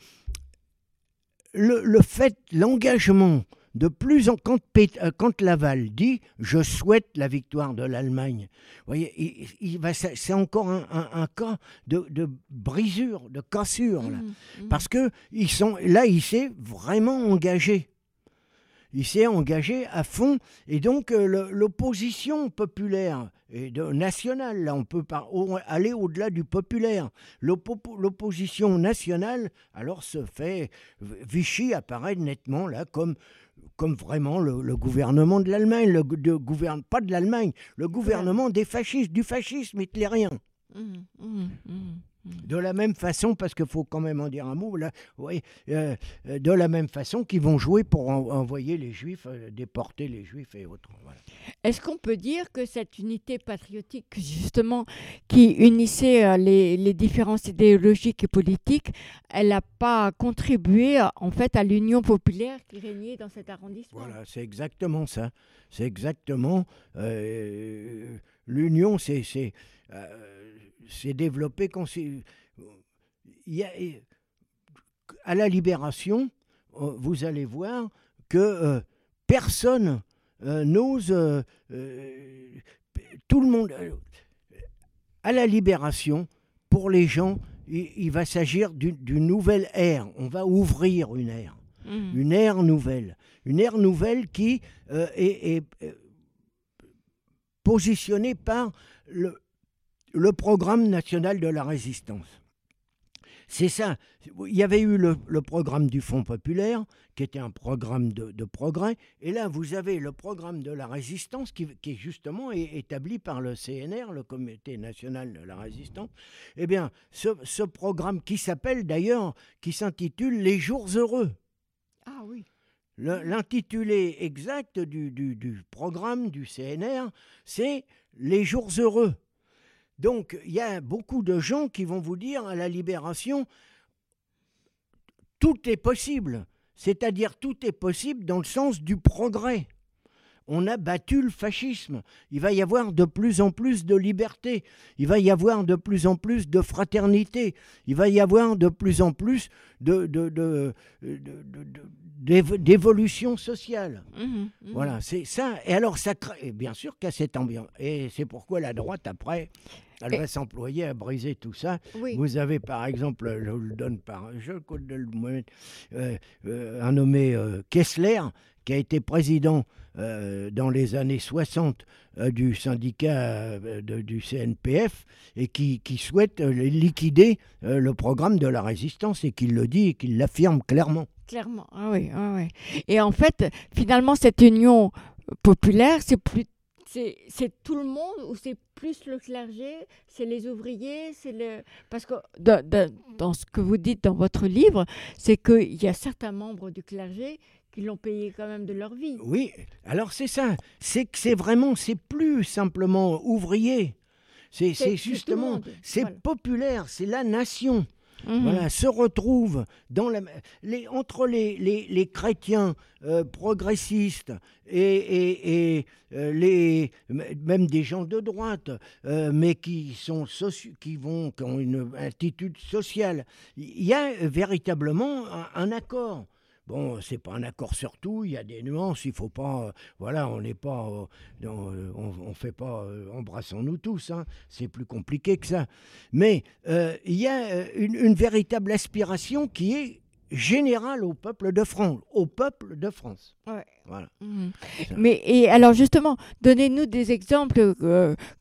le, le fait, l'engagement, de plus en quand, Pét- euh, quand Laval dit « je souhaite la victoire de l'Allemagne », vous voyez, il, il va, c'est c'est encore un, un- un cas de, de brisure, de cassure, là. Mhm, mhm. Parce que ils sont, là, il s'est vraiment engagé. Il s'est engagé à fond. Et donc, euh, le- l'opposition populaire et de, nationale, là, on peut par, au- aller au-delà du populaire. L'oppo- L'opposition nationale, alors, se fait... Vichy apparaît nettement, là, comme, comme vraiment le, le gouvernement de l'Allemagne. Le, de, gouverne, pas de l'Allemagne, le gouvernement des fascistes, du fascisme hitlérien. Mhm, mhm, mhm. De la même façon, parce qu'il faut quand même en dire un mot, là, oui, euh, euh, de la même façon qu'ils vont jouer pour en- envoyer les Juifs, euh, déporter les Juifs et autres. Voilà. Est-ce qu'on peut dire que cette unité patriotique, justement, qui unissait euh, les, les différences idéologiques et politiques, elle n'a pas contribué, euh, en fait, à l'union populaire qui régnait dans cet arrondissement? Voilà, c'est exactement ça. C'est exactement... euh, l'union, c'est... c'est euh, c'est développé quand c'est... Il y a, à la Libération, euh, vous allez voir que euh, personne euh, n'ose... euh, euh, tout le monde... euh, à la Libération, pour les gens, il, il va s'agir d'une d'une nouvelle ère. On va ouvrir une ère. Mhm. Une ère nouvelle. Une ère nouvelle qui euh, est, est, euh, positionnée par le, le programme national de la résistance. C'est ça. Il y avait eu le, le programme du Fonds populaire, qui était un programme de, de progrès. Et là, vous avez le programme de la résistance, qui, qui justement est établi par le C N R, le Comité national de la résistance. Eh bien, ce, ce programme qui s'appelle d'ailleurs, qui s'intitule « Les jours heureux ». Ah oui. Le- L'intitulé exact du, du, du programme du C N R, c'est « Les jours heureux ». Donc, il y a beaucoup de gens qui vont vous dire à la Libération, tout est possible. C'est-à-dire, tout est possible dans le sens du progrès. On a battu le fascisme. Il va y avoir de plus en plus de liberté. Il va y avoir de plus en plus de fraternité. Il va y avoir de plus en plus de, de, de, de- de- de- d'évo- d'évolution sociale. Mhm, mhm. Voilà, c'est ça. Et alors, ça crée, et bien sûr, qu'à cette ambiance. Et c'est pourquoi la droite, après, elle Et- va s'employer à briser tout ça. Oui. Vous avez, par exemple, je vous le donne par je compte de le mettre, euh, euh, un nommé euh, Kessler, qui a été président euh, dans les années soixante euh, du syndicat euh, de- du C N P F et qui, qui souhaite euh, liquider euh, le programme de la résistance et qui le dit et qui l'affirme clairement. Clairement, ah oui, ah oui. Et en fait, finalement, cette union populaire, c'est plus, c'est, c'est tout le monde ou c'est plus le clergé, c'est les ouvriers, c'est le, parce que dans, dans- dans ce que vous dites dans votre livre, c'est qu'il y a certains membres du clergé qui l'ont payé quand même de leur vie. Oui, alors c'est ça. C'est que c'est vraiment, c'est plus simplement ouvrier. C'est, C'est- c'est c'est tout le justement, monde, c'est voilà. populaire, c'est la nation. Mhm. Voilà, se retrouvent dans la, les, entre les, les, les chrétiens euh, progressistes et, et, et euh, les, même des gens de droite, euh, mais qui, sont soci- qui, vont, qui ont une attitude sociale. Il y a véritablement un, un accord. Bon, c'est pas un accord sur tout, il y a des nuances, il faut pas, euh, voilà, on n'est pas, euh, dans, euh, on, on fait pas, euh, embrassons-nous tous, hein, c'est plus compliqué que ça. Mais euh, il y a euh, une, une véritable aspiration qui est générale au peuple de France, au peuple de France. Ouais. Voilà. Mhm. Ça. Mais et alors justement, donnez-nous des exemples. euh,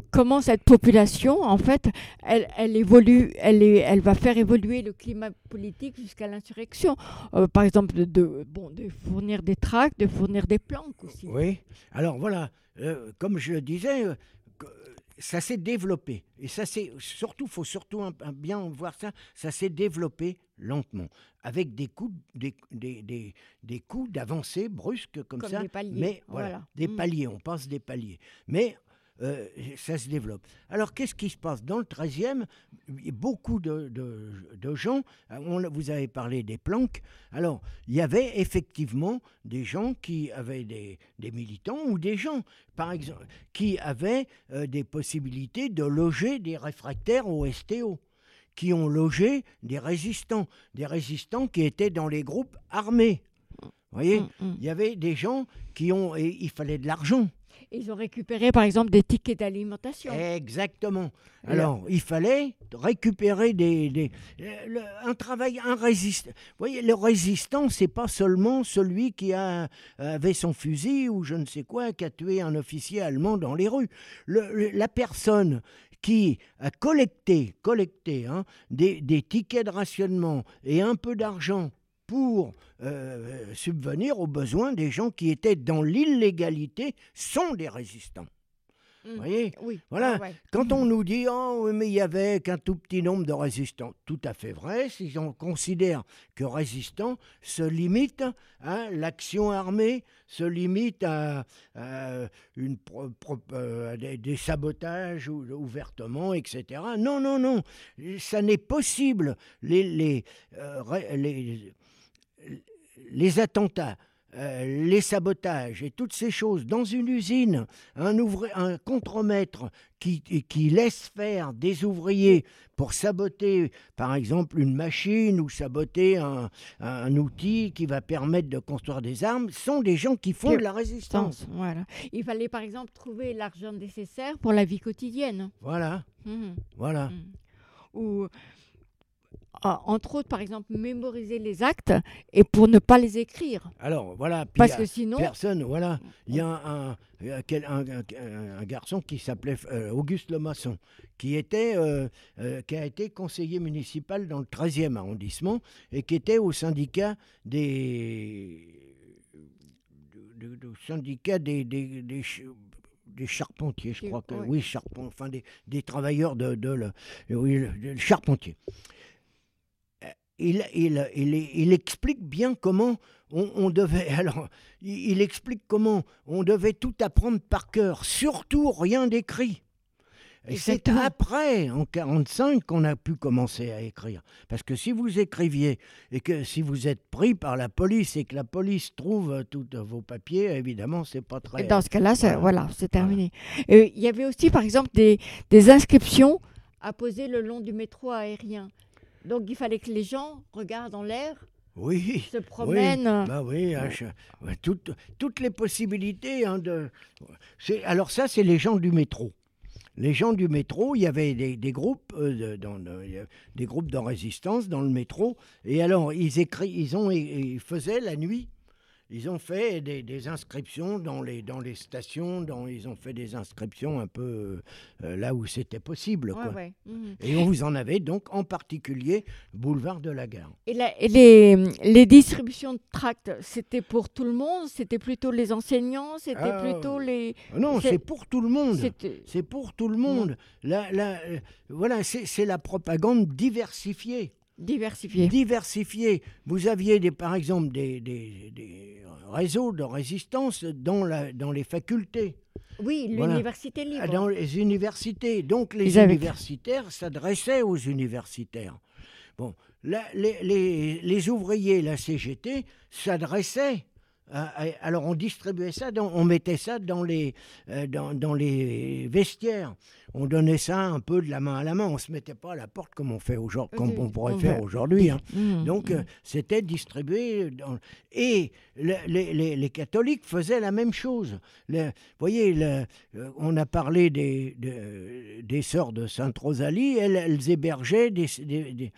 comment cette population, en fait, elle, elle évolue, elle, est, elle va faire évoluer le climat politique jusqu'à l'insurrection. Euh, par exemple, de, de, bon, de fournir des tracts, de fournir des planques aussi. Oui, alors voilà, euh, comme je le disais, euh, ça s'est développé. Et ça s'est, surtout, il faut surtout un, un bien voir ça, ça s'est développé lentement, avec des coups, des, des, des, des coups d'avancée brusques comme, Comme ça. des paliers. Mais voilà, Voilà. des Mm. paliers, on passe des paliers. Mais euh, ça se développe. Alors, qu'est-ce qui se passe dans le treizième? Beaucoup de, de, de gens, on, vous avez parlé des planques, alors il y avait effectivement des gens qui avaient des, des militants ou des gens, par exemple, qui avaient euh, des possibilités de loger des réfractaires au S T O, qui ont logé des résistants, des résistants qui étaient dans les groupes armés. Vous voyez, Mm, mm. il y avait des gens qui ont, et il fallait de l'argent. Ils ont récupéré, par exemple, des tickets d'alimentation. Exactement. Et Alors, il fallait récupérer des, des, le- un travail, un résistant. Vous voyez, le résistant, c'est pas seulement celui qui a, avait son fusil ou je ne sais quoi, qui a tué un officier allemand dans les rues. Le- le- la personne qui a collecté, collecté hein, des, des tickets de rationnement et un peu d'argent pour euh, subvenir aux besoins des gens qui étaient dans l'illégalité sont des résistants. Mm. Vous voyez, Oui. voilà. Ah ouais. quand on nous dit « Oh, oui, mais il n'y avait qu'un tout petit nombre de résistants », tout à fait vrai, si on considère que résistants se limite à l'action armée, se limite à, à une pro- pro- euh, à des, des sabotages ou- ouvertement, et cetera. Non, non, non, ça n'est possible. Les, les, euh, ré- les, les attentats, euh, les sabotages et toutes ces choses dans une usine, un, ouvri- un contremaître qui, qui laisse faire des ouvriers pour saboter par exemple une machine ou saboter un, un outil qui va permettre de construire des armes, sont des gens qui font de la résistance. Sens, Voilà. Il fallait, par exemple, trouver l'argent nécessaire pour la vie quotidienne. Voilà, Mhm. voilà. Mm. Ou, ah, entre autres, par exemple, mémoriser les actes et pour ne pas les écrire. Alors voilà, puis Parce il y a que sinon, personne, voilà. Il y a un, un, un- un- un garçon qui s'appelait euh, Auguste Lemasson, qui, était, euh, euh, qui a été conseiller municipal dans le treizième arrondissement et qui était au syndicat des, du, du syndicat des, des, des ch- des charpentiers, je Des- crois que ouais. oui, charpent, enfin des, des travailleurs de, de, le, oui, le- le charpentier. Il, il, il, il explique bien comment on, on devait. Alors, il, il explique comment on devait tout apprendre par cœur, surtout rien d'écrit. Et c'est Exactement. après, en quarante-cinq, qu'on a pu commencer à écrire. Parce que si vous écriviez et que si vous êtes pris par la police et que la police trouve tous vos papiers, évidemment, c'est pas très. Et dans ce cas-là, ça- Voilà. voilà, c'est terminé. Euh, Il y avait aussi, par exemple, des, des inscriptions à poser le long du métro aérien. Donc, il fallait que les gens regardent en l'air, Oui. se promènent. Bah oui, hein, je- ouais, toutes, toutes les possibilités. Hein, de, c'est- alors ça, c'est les gens du métro. Les gens du métro, il y avait des, des groupes, euh, de- dans le- il y a des groupes de résistance dans le métro. Et alors, ils, écrit, ils, ont, ils faisaient la nuit. Ils ont fait des, des inscriptions dans les, dans les stations, dans, ils ont fait des inscriptions un peu euh, là où c'était possible. Ouais, Quoi. ouais. Mhm. Et on vous en avait donc en particulier boulevard de la Gare. Et, la- et les, les distributions de tracts, c'était pour tout le monde? C'était plutôt les enseignants? C'était Ah, plutôt les... Non, C'est- c'est pour tout le monde. C'était... C'est pour tout le monde. La, la, euh, voilà, c'est c'est la propagande diversifiée. Diversifié. Diversifiée. Vous aviez des, par exemple des, des- des réseaux de résistance dans, la, dans les facultés, Oui, Voilà. l'université libre. dans les universités. Donc les Ils avaient- universitaires s'adressaient aux universitaires. Bon, là, les, les- les ouvriers, la C G T, s'adressaient. à- à- alors on distribuait ça, dans- on mettait ça dans les, euh, dans, dans les vestiaires. On donnait ça un peu de la main à la main. On ne se mettait pas à la porte comme on, fait aujourd'hui, comme on pourrait On faire fait- aujourd'hui. hein. Mhm. Donc, euh, c'était distribué. Dans... Et le- les, les- les catholiques faisaient la même chose. Le- vous voyez, le- euh, on a parlé des, de- des sœurs de Sainte-Rosalie. Elles, elles hébergeaient des, des- des-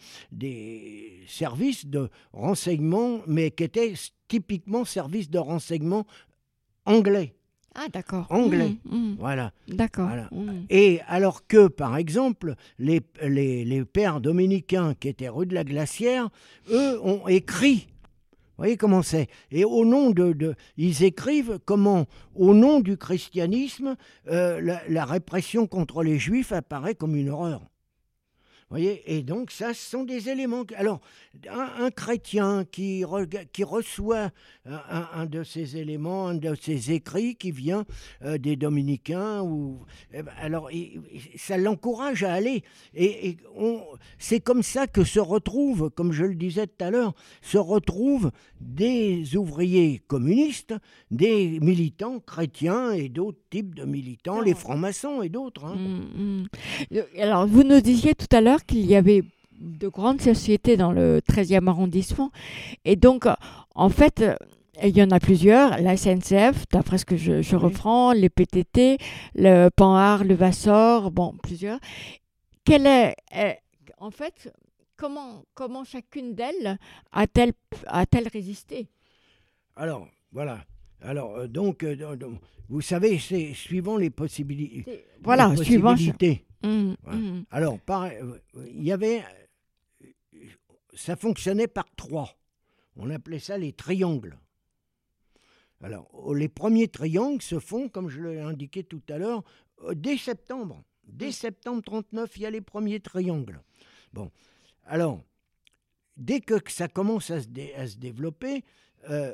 des services de renseignement, mais qui étaient typiquement services de renseignement anglais. Ah, d'accord. anglais. Mmh, mmh. Voilà. D'accord. Voilà. Mmh. Et alors que, par exemple, les, les, les pères dominicains qui étaient rue de la Glacière, eux ont écrit. Vous voyez comment c'est. Et au nom de, de... Ils écrivent comment, au nom du christianisme, euh, la, la répression contre les juifs apparaît comme une horreur. Vous voyez, et donc ça, ce sont des éléments. Alors, un, un chrétien qui, rega- qui reçoit un, un- un de ces éléments, un de ces écrits qui vient euh, des dominicains, ou, eh ben, alors il- il- ça l'encourage à aller. Et, et on- c'est comme ça que se retrouvent, comme je le disais tout à l'heure, se retrouvent des ouvriers communistes, des militants chrétiens et d'autres types de militants, Non. les francs-maçons et d'autres. hein. Mm, mm. Euh, Alors, vous nous disiez tout à l'heure qu'il y avait de grandes sociétés dans le treizième arrondissement. Et donc, euh, en fait, euh, il y en a plusieurs. La S N C F, d'après ce que je, je Oui. reprends, les P T T, le Panhard, le Vassor, bon, plusieurs. Quelle est, est- en fait, comment, comment chacune d'elles a-t-elle, a-t-elle résisté? Alors, voilà. Alors, euh, donc, euh, donc, donc, vous savez, c'est suivant les possibilités. C'est- Voilà, les suivant. possibilités. Mm, Voilà. mm. Alors, par- euh, il y avait. Ça fonctionnait par trois. On appelait ça les triangles. Alors, oh, les premiers triangles se font, comme je l'ai indiqué tout à l'heure, euh, dès septembre. Dès septembre trente-neuf, il y a les premiers triangles. Bon. Alors, dès que ça commence à se, dé- à se développer, euh,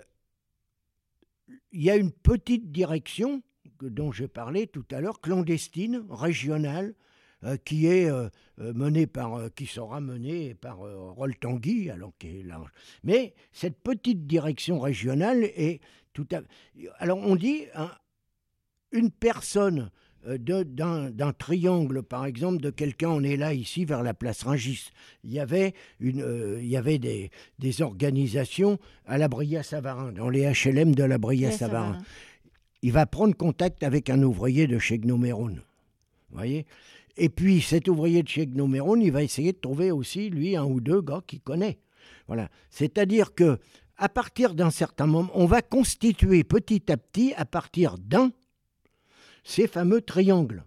il y a une petite direction que- dont j'ai parlé tout à l'heure, clandestine, régionale, euh, qui est euh, euh, menée par, euh, qui sera menée par euh, Roll Tanguy, alors qui est large. Mais cette petite direction régionale est tout à. Alors on dit hein, une personne euh, de- d'un d'un triangle, par exemple, de quelqu'un, on est là ici vers la place Rungis. Il y avait, une, euh, il y avait des, des organisations à la Bria-Savarin, dans les H L M de la Bria-Savarin. Il va prendre contact avec un ouvrier de chez Gnoméron. Vous voyez. Et puis, cet ouvrier de chez Gnoméron, il va essayer de trouver aussi, lui, un ou deux gars qu'il connaît. Voilà. C'est-à-dire que à partir d'un certain moment, on va constituer petit à petit, à partir d'un, ces fameux triangles.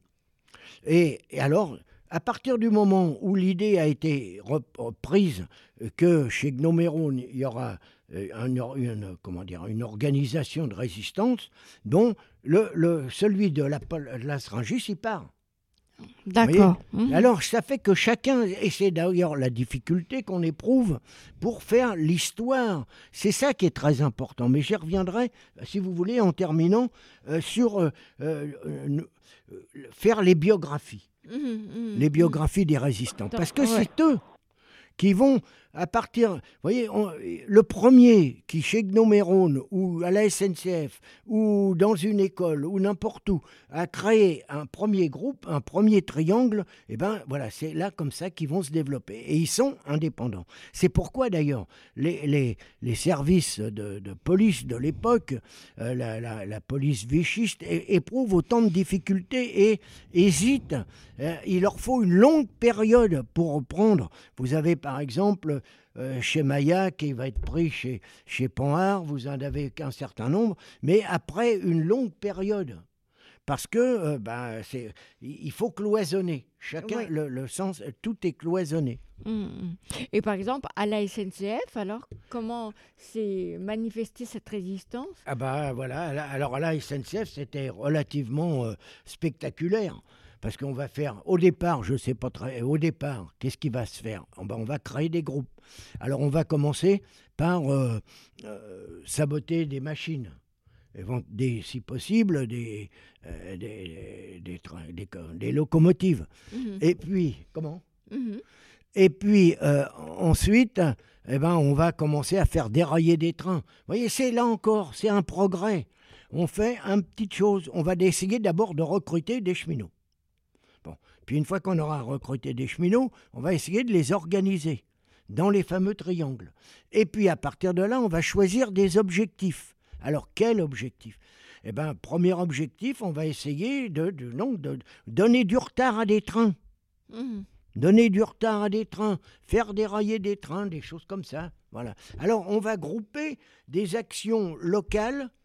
Et, et alors, à partir du moment où l'idée a été reprise, que chez Gnoméron, il y aura un, une, comment dire, une organisation de résistance, dont le, le, celui de la place Rungis, il part. D'accord. Mhm. Alors, ça fait que chacun, et c'est d'ailleurs la difficulté qu'on éprouve pour faire l'histoire. C'est ça qui est très important. Mais j'y reviendrai, si vous voulez, en terminant, euh, sur euh, euh, euh, faire les biographies. Mhm, mhm, Les biographies des résistants. Parce que Ouais. c'est eux qui vont, à partir... Vous voyez, on- le premier qui, chez Gnoméron, ou à la S N C F, ou dans une école, ou n'importe où, a créé un premier groupe, un premier triangle, et ben voilà, c'est là comme ça qu'ils vont se développer. Et ils sont indépendants. C'est pourquoi, d'ailleurs, les, les, les services de, de police de l'époque, euh, la, la, la police vichiste, é- éprouvent autant de difficultés et hésitent. Euh, il leur faut une longue période pour reprendre. Vous avez, par exemple, euh, chez Maya, qui va être pris chez, chez Panhard, vous en avez qu'un certain nombre, mais après une longue période. Parce que euh, ben, c'est, il faut cloisonner. Chacun, Oui. le, le sens, tout est cloisonné. Mhm. Et par exemple, à la S N C F, alors, comment s'est manifestée cette résistance? Ah bah voilà, là- alors à la S N C F, c'était relativement euh, spectaculaire. Parce qu'on va faire, au départ, je ne sais pas très, au départ, qu'est-ce qui va se faire? Oh ben, on va créer des groupes. Alors on va commencer par euh, euh, saboter des machines. Et vont- des, si possible, des, euh, des, des, trains- des co- des locomotives. Mhm. Et puis, comment? Mhm. Et puis euh, ensuite, eh ben, on va commencer à faire dérailler des trains. Vous voyez, c'est là encore, c'est un progrès. On fait une petite chose. On va essayer d'abord de recruter des cheminots. Bon. Puis une fois qu'on aura recruté des cheminots, on va essayer de les organiser dans les fameux triangles. Et puis à partir de là, on va choisir des objectifs. Alors quel objectif? Eh bien, premier objectif, on va essayer de, de, non, de donner du retard à des trains. Mhm. Donner du retard à des trains, faire dérailler des trains, des choses comme ça. Voilà. Alors, on va grouper des actions locales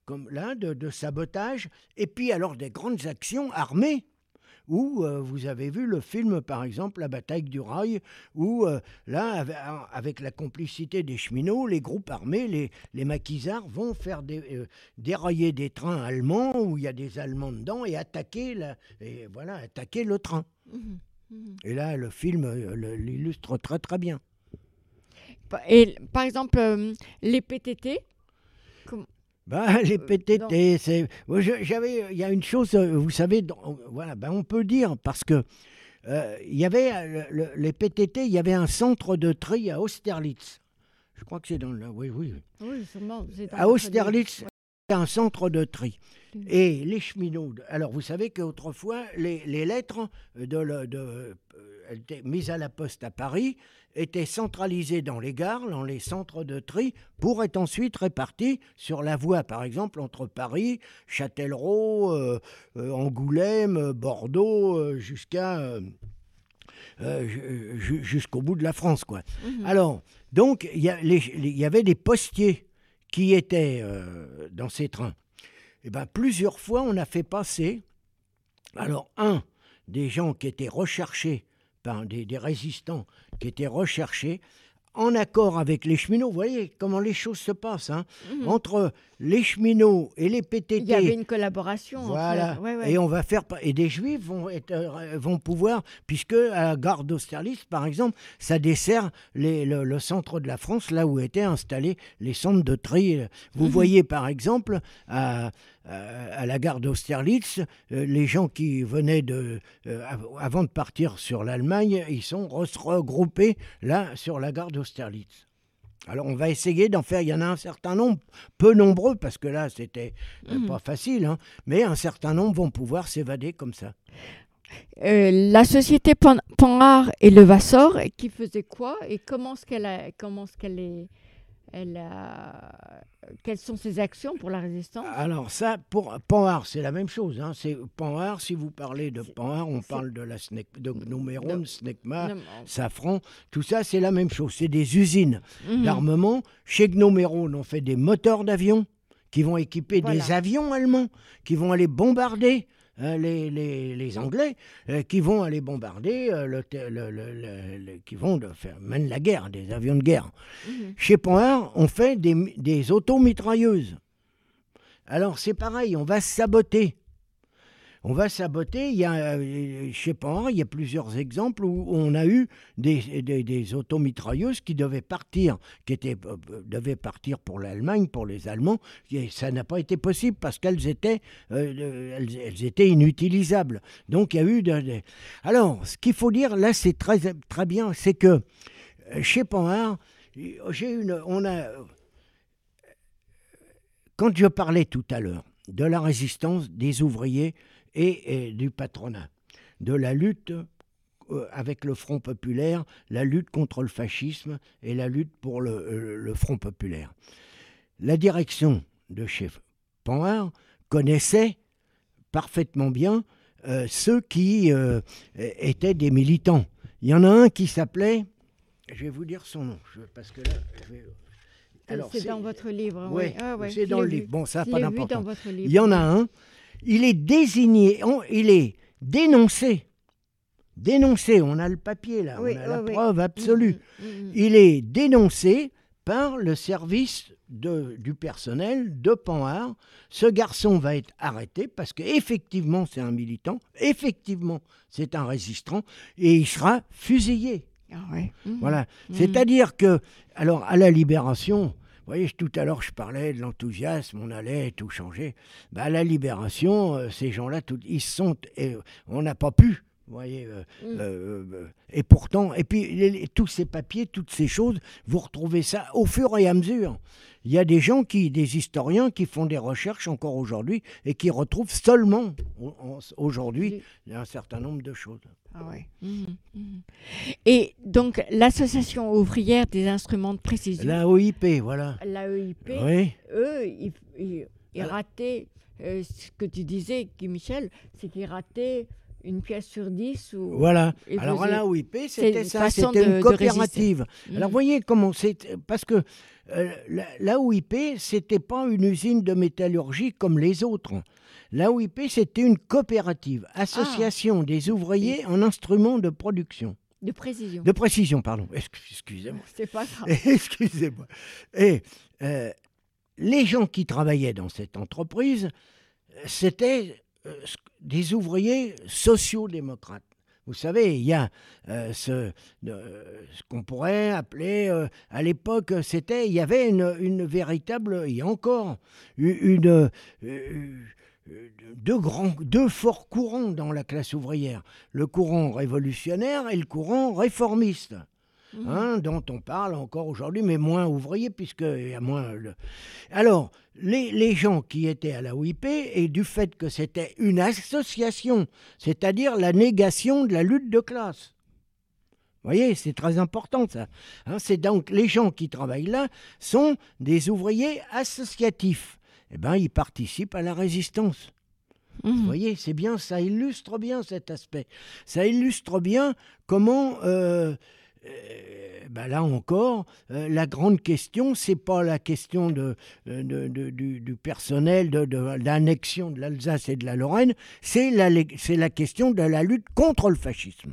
comme là, de, de sabotage, et puis alors des grandes actions armées, où euh, vous avez vu le film, par exemple, La bataille du rail, où euh, là, avec, avec la complicité des cheminots, les groupes armés, les, les maquisards vont faire des, euh, dérailler des trains allemands, où il y a des Allemands dedans, et attaquer, la, et, voilà, attaquer le train. Mmh. Mmh. Et là, le film euh, le, l'illustre très très bien. Et par exemple, euh, les P T T comme... Bah, les P T T, euh, c'est. J'avais. Il y a une chose, vous savez, dans, voilà, ben on peut dire parce que euh, il y avait le, le, les P T T, il y avait un centre de tri à Austerlitz. Je crois que c'est dans le. Oui, oui. Oui, sûrement. À Austerlitz, ouais. Il y a un centre de tri. Mmh. Et les cheminots. Alors, vous savez qu'autrefois, les, les lettres de, le, de, euh, étaient mises à la poste à Paris étaient centralisées dans les gares, dans les centres de tri, pour être ensuite réparties sur la voie, par exemple, entre Paris, Châtellerault, euh, euh, Angoulême, Bordeaux, euh, jusqu'à, euh, euh, jusqu'au bout de la France, quoi. Mmh. Alors, donc, il y, y avait des postiers qui étaient euh, dans ces trains. Et ben, plusieurs fois, on a fait passer, alors, un, des gens qui étaient recherchés, par des, des résistants qui étaient recherchés, en accord avec les cheminots. Vous voyez comment les choses se passent, hein, mmh. Entre les cheminots et les P T T. Il y avait une collaboration. Voilà. En fait. ouais, ouais. Et on va faire et des Juifs vont être, vont pouvoir, puisque à la gare d'Austerlitz, par exemple, ça dessert les, le, le centre de la France, là où étaient installés les centres de tri. Vous mmh. voyez par exemple à, à, à la gare d'Austerlitz, euh, les gens qui venaient de euh, avant de partir sur l'Allemagne, ils sont regroupés là sur la gare d'Austerlitz. Austerlitz. Alors on va essayer d'en faire, il y en a un certain nombre, peu nombreux, parce que là c'était mmh. pas facile, hein, mais un certain nombre vont pouvoir s'évader comme ça. Euh, la société Pan- Panhard et Levasseur, qui faisait quoi et comment est-ce qu'elle, a, comment est-ce qu'elle est, elle a, quelles sont ses actions pour la résistance? Alors ça, pour Panhard, c'est la même chose. Hein. C'est Panhard, si vous parlez de Panhard, on c'est... parle de la Snec, de Gnomeron, Snecma, Safran, tout ça, c'est la même chose. C'est des usines mmh. d'armement. Chez Gnomeron, on fait des moteurs d'avions qui vont équiper voilà. des avions allemands, qui vont aller bombarder euh, les, les, les Anglais, euh, qui vont aller bombarder, euh, le, le, le, le, le, qui vont de faire, mènent la guerre, des avions de guerre. Mmh. Chez Panhard, on fait des, des automitrailleuses. Alors c'est pareil, on va saboter. On va saboter, il y a, chez Panhard, il y a plusieurs exemples où on a eu des, des, des automitrailleuses qui devaient partir, qui étaient, euh, devaient partir pour l'Allemagne, pour les Allemands. Et ça n'a pas été possible parce qu'elles étaient, euh, elles, elles étaient inutilisables. Donc il y a eu... De, de... Alors, ce qu'il faut dire, là, c'est très, très bien, c'est que chez Panhard, j'ai une, on a... Quand je parlais tout à l'heure de la résistance des ouvriers et, et du patronat, de la lutte euh, avec le Front populaire, la lutte contre le fascisme et la lutte pour le, euh, le Front populaire. La direction de chez Panhard connaissait parfaitement bien euh, ceux qui euh, étaient des militants. Il y en a un qui s'appelait, je vais vous dire son nom, je, parce que là... Je vais, Alors, c'est, c'est dans votre livre. Oui, oui. Ah, ouais. c'est dans le livre. Bon, ça n'a pas d'importance. Il y en a un, il est désigné, on, il est dénoncé. Dénoncé, on a le papier là, oui, on a oui, la oui. preuve absolue. Mmh, mmh, mmh. Il est dénoncé par le service de, du personnel de Panhard. Ce garçon va être arrêté parce qu'effectivement, c'est un militant, effectivement, c'est un résistant, et il sera fusillé. Ah ouais. Mmh. Voilà. Mmh. C'est-à-dire que, alors, à la Libération, vous voyez, tout à l'heure, je parlais de l'enthousiasme, on allait tout changer. Ben, à la Libération, euh, ces gens-là, tout, ils sont... Et on n'a pas pu, vous voyez. Euh, mmh. euh, et pourtant, et puis, les, les, tous ces papiers, toutes ces choses, vous retrouvez ça au fur et à mesure. Il y a des gens, qui, des historiens, qui font des recherches encore aujourd'hui et qui retrouvent seulement aujourd'hui un certain nombre de choses. Ah ouais. Mmh, mmh. Et donc, l'Association ouvrière des instruments de précision. La O I P, voilà. La O I P, oui. eux, ils, ils, ils rataient, euh, ce que tu disais, Guy Michel, c'est qu'ils rataient une pièce sur dix ou... Voilà. Et Alors vous- à l'A O I P, c'était une ça, façon c'était de- une de coopérative. résister. Alors Mm. voyez comment c'est... Parce que euh, la- l'A O I P, c'était pas une usine de métallurgie comme les autres. L'A O I P, c'était une coopérative, association des ouvriers en instruments de production. De précision. De précision, pardon. Excu- Excusez-moi. C'est pas grave. Excusez-moi. Et euh, les gens qui travaillaient dans cette entreprise, c'était euh, ce- des ouvriers sociaux-démocrates. Vous savez, il y a euh, ce, euh, ce qu'on pourrait appeler, euh, à l'époque, c'était, il y avait une, une véritable, il y a encore, une, une, euh, deux, grands, deux forts courants dans la classe ouvrière. Le courant révolutionnaire et le courant réformiste. Mhm. Hein, dont on parle encore aujourd'hui, mais moins ouvriers, puisqu'il y a moins... Le... Alors, les, les gens qui étaient à l'A O I P, et du fait que c'était une association, c'est-à-dire la négation de la lutte de classe. Vous voyez, c'est très important ça. Hein, c'est donc les gens qui travaillent là sont des ouvriers associatifs. Eh bien, ils participent à la résistance. Mhm. Vous voyez, c'est bien, ça illustre bien cet aspect. Ça illustre bien comment... Euh, Euh, ben là encore, euh, la grande question, c'est pas la question de, de, de- du, du personnel, de, de l'annexion de l'Alsace et de la Lorraine, c'est la, c'est la question de la lutte contre le fascisme.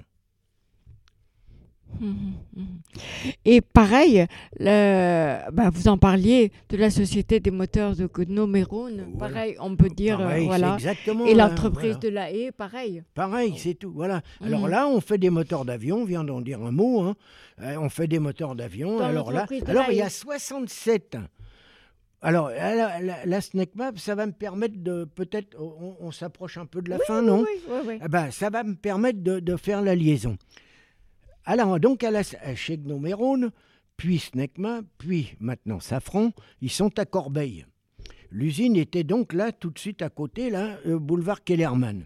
Mhm, mhm. Et pareil, le- bah, vous en parliez de la Société des moteurs de Gnomérone. Voilà. Pareil, on peut dire, euh, Pareil, voilà. c'est exactement. Et là, l'entreprise voilà. de la Haye, pareil. Pareil, c'est tout. Voilà. Alors Mhm. là, on fait des moteurs d'avion, on vient d'en dire un mot. Hein. Euh, on fait des moteurs d'avion. Dans Alors là, l'entreprise de alors la il y a Haye. soixante-sept. Alors, la, la, la SNECMAP, ça va me permettre de, peut-être, on, on s'approche un peu de la fin, non? Oui, oui, oui. Eh ben, ça va me permettre de, de faire la liaison. Alors, donc, à la, à chez Gnomérone, puis SNECMA, puis maintenant Safran, ils sont à Corbeil. L'usine était donc là, tout de suite à côté, là, euh, boulevard Kellermann.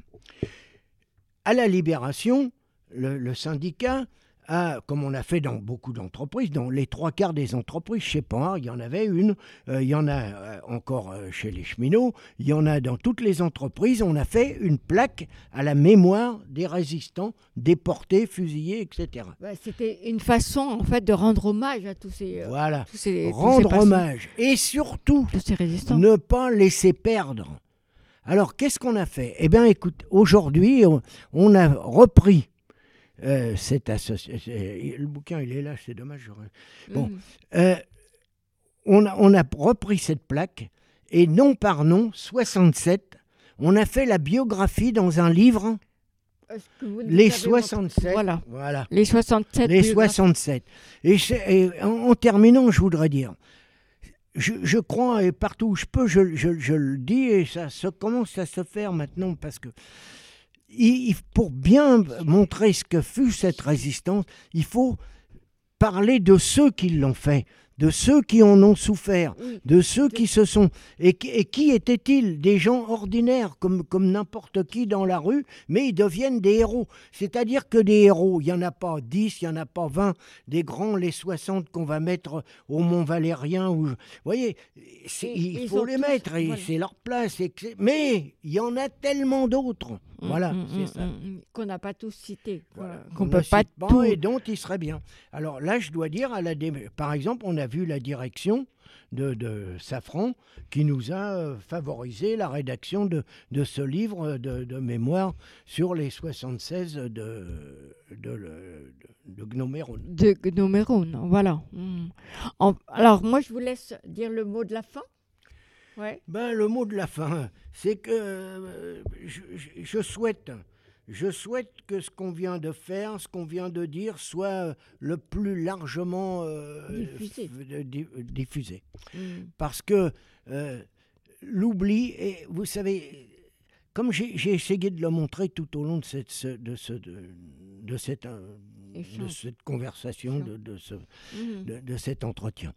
À la Libération, le, le syndicat a, comme on a fait dans beaucoup d'entreprises, dans les trois quarts des entreprises, je ne sais pas, il y en avait une, euh, il y en a euh, encore euh, chez les cheminots, il y en a dans toutes les entreprises, on a fait une plaque à la mémoire des résistants déportés, fusillés, et cetera. Bah, c'était une façon, en fait, de rendre hommage à tous ces, euh, Voilà, tous ces, tous ces rendre personnes, hommage et surtout tous ces résistants. ne pas laisser perdre. Alors, qu'est-ce qu'on a fait? Eh bien, écoute, aujourd'hui, on, on a repris euh, cette association. Le bouquin, il est là, c'est dommage. J'aurais... Bon, Mhm. euh, on, a, on a repris cette plaque, et nom par nom, soixante-sept, on a fait la biographie dans un livre, Est-ce que vous nous les avez soixante-sept. Voilà. Voilà. montré- Les soixante-sept. Les biographies. soixante-sept. Et, c'est- et en, en terminant, je voudrais dire, je, je crois, et partout où je peux, je, je- je le dis, et ça se, commence à se faire maintenant, parce que il- il- pour bien montrer ce que fut cette résistance, il faut parler de ceux qui l'ont fait, de ceux qui en ont souffert, Oui. de ceux qui se sont... Et, qui- et qui étaient-ils? Des gens ordinaires, comme, comme n'importe qui dans la rue, mais ils deviennent des héros. C'est-à-dire que des héros, il n'y en a pas dix, il n'y en a pas vingt, des grands, les soixante qu'on va mettre au Mont Valérien. Ou... Vous voyez, c'est- Et il ils faut ont les tous- mettre, et voilà. c'est leur place. et que c'est- Mais il y en a tellement d'autres. Mm, Voilà, mm, c'est mm, ça. mm, mm, qu'on n'a pas tous cités. Voilà. Voilà. On Qu'on ne peut pas cite pas tout. et dont il serait bien. Alors là, je dois dire, à la dé- par exemple, on a vu la direction de, de Safran qui nous a euh, favorisé la rédaction de, de ce livre de, de mémoire sur les soixante-seize de, de, le- de, de Gnomérone. De Gnomérone, voilà. Mm. En- Alors, moi, je vous laisse dire le mot de la fin. Ouais. Ben, le mot de la fin, c'est que euh, je, je- je souhaite, je souhaite que ce qu'on vient de faire, ce qu'on vient de dire, soit le plus largement euh, Diffusé. f- di- diffusé. Mm. Parce que euh, l'oubli, et vous savez, comme j'ai j'ai essayé de le montrer tout au long de cette, ce- de, ce, de, de cette, euh, de Échange. cette conversation, de, de ce, Mm. de, de cet entretien.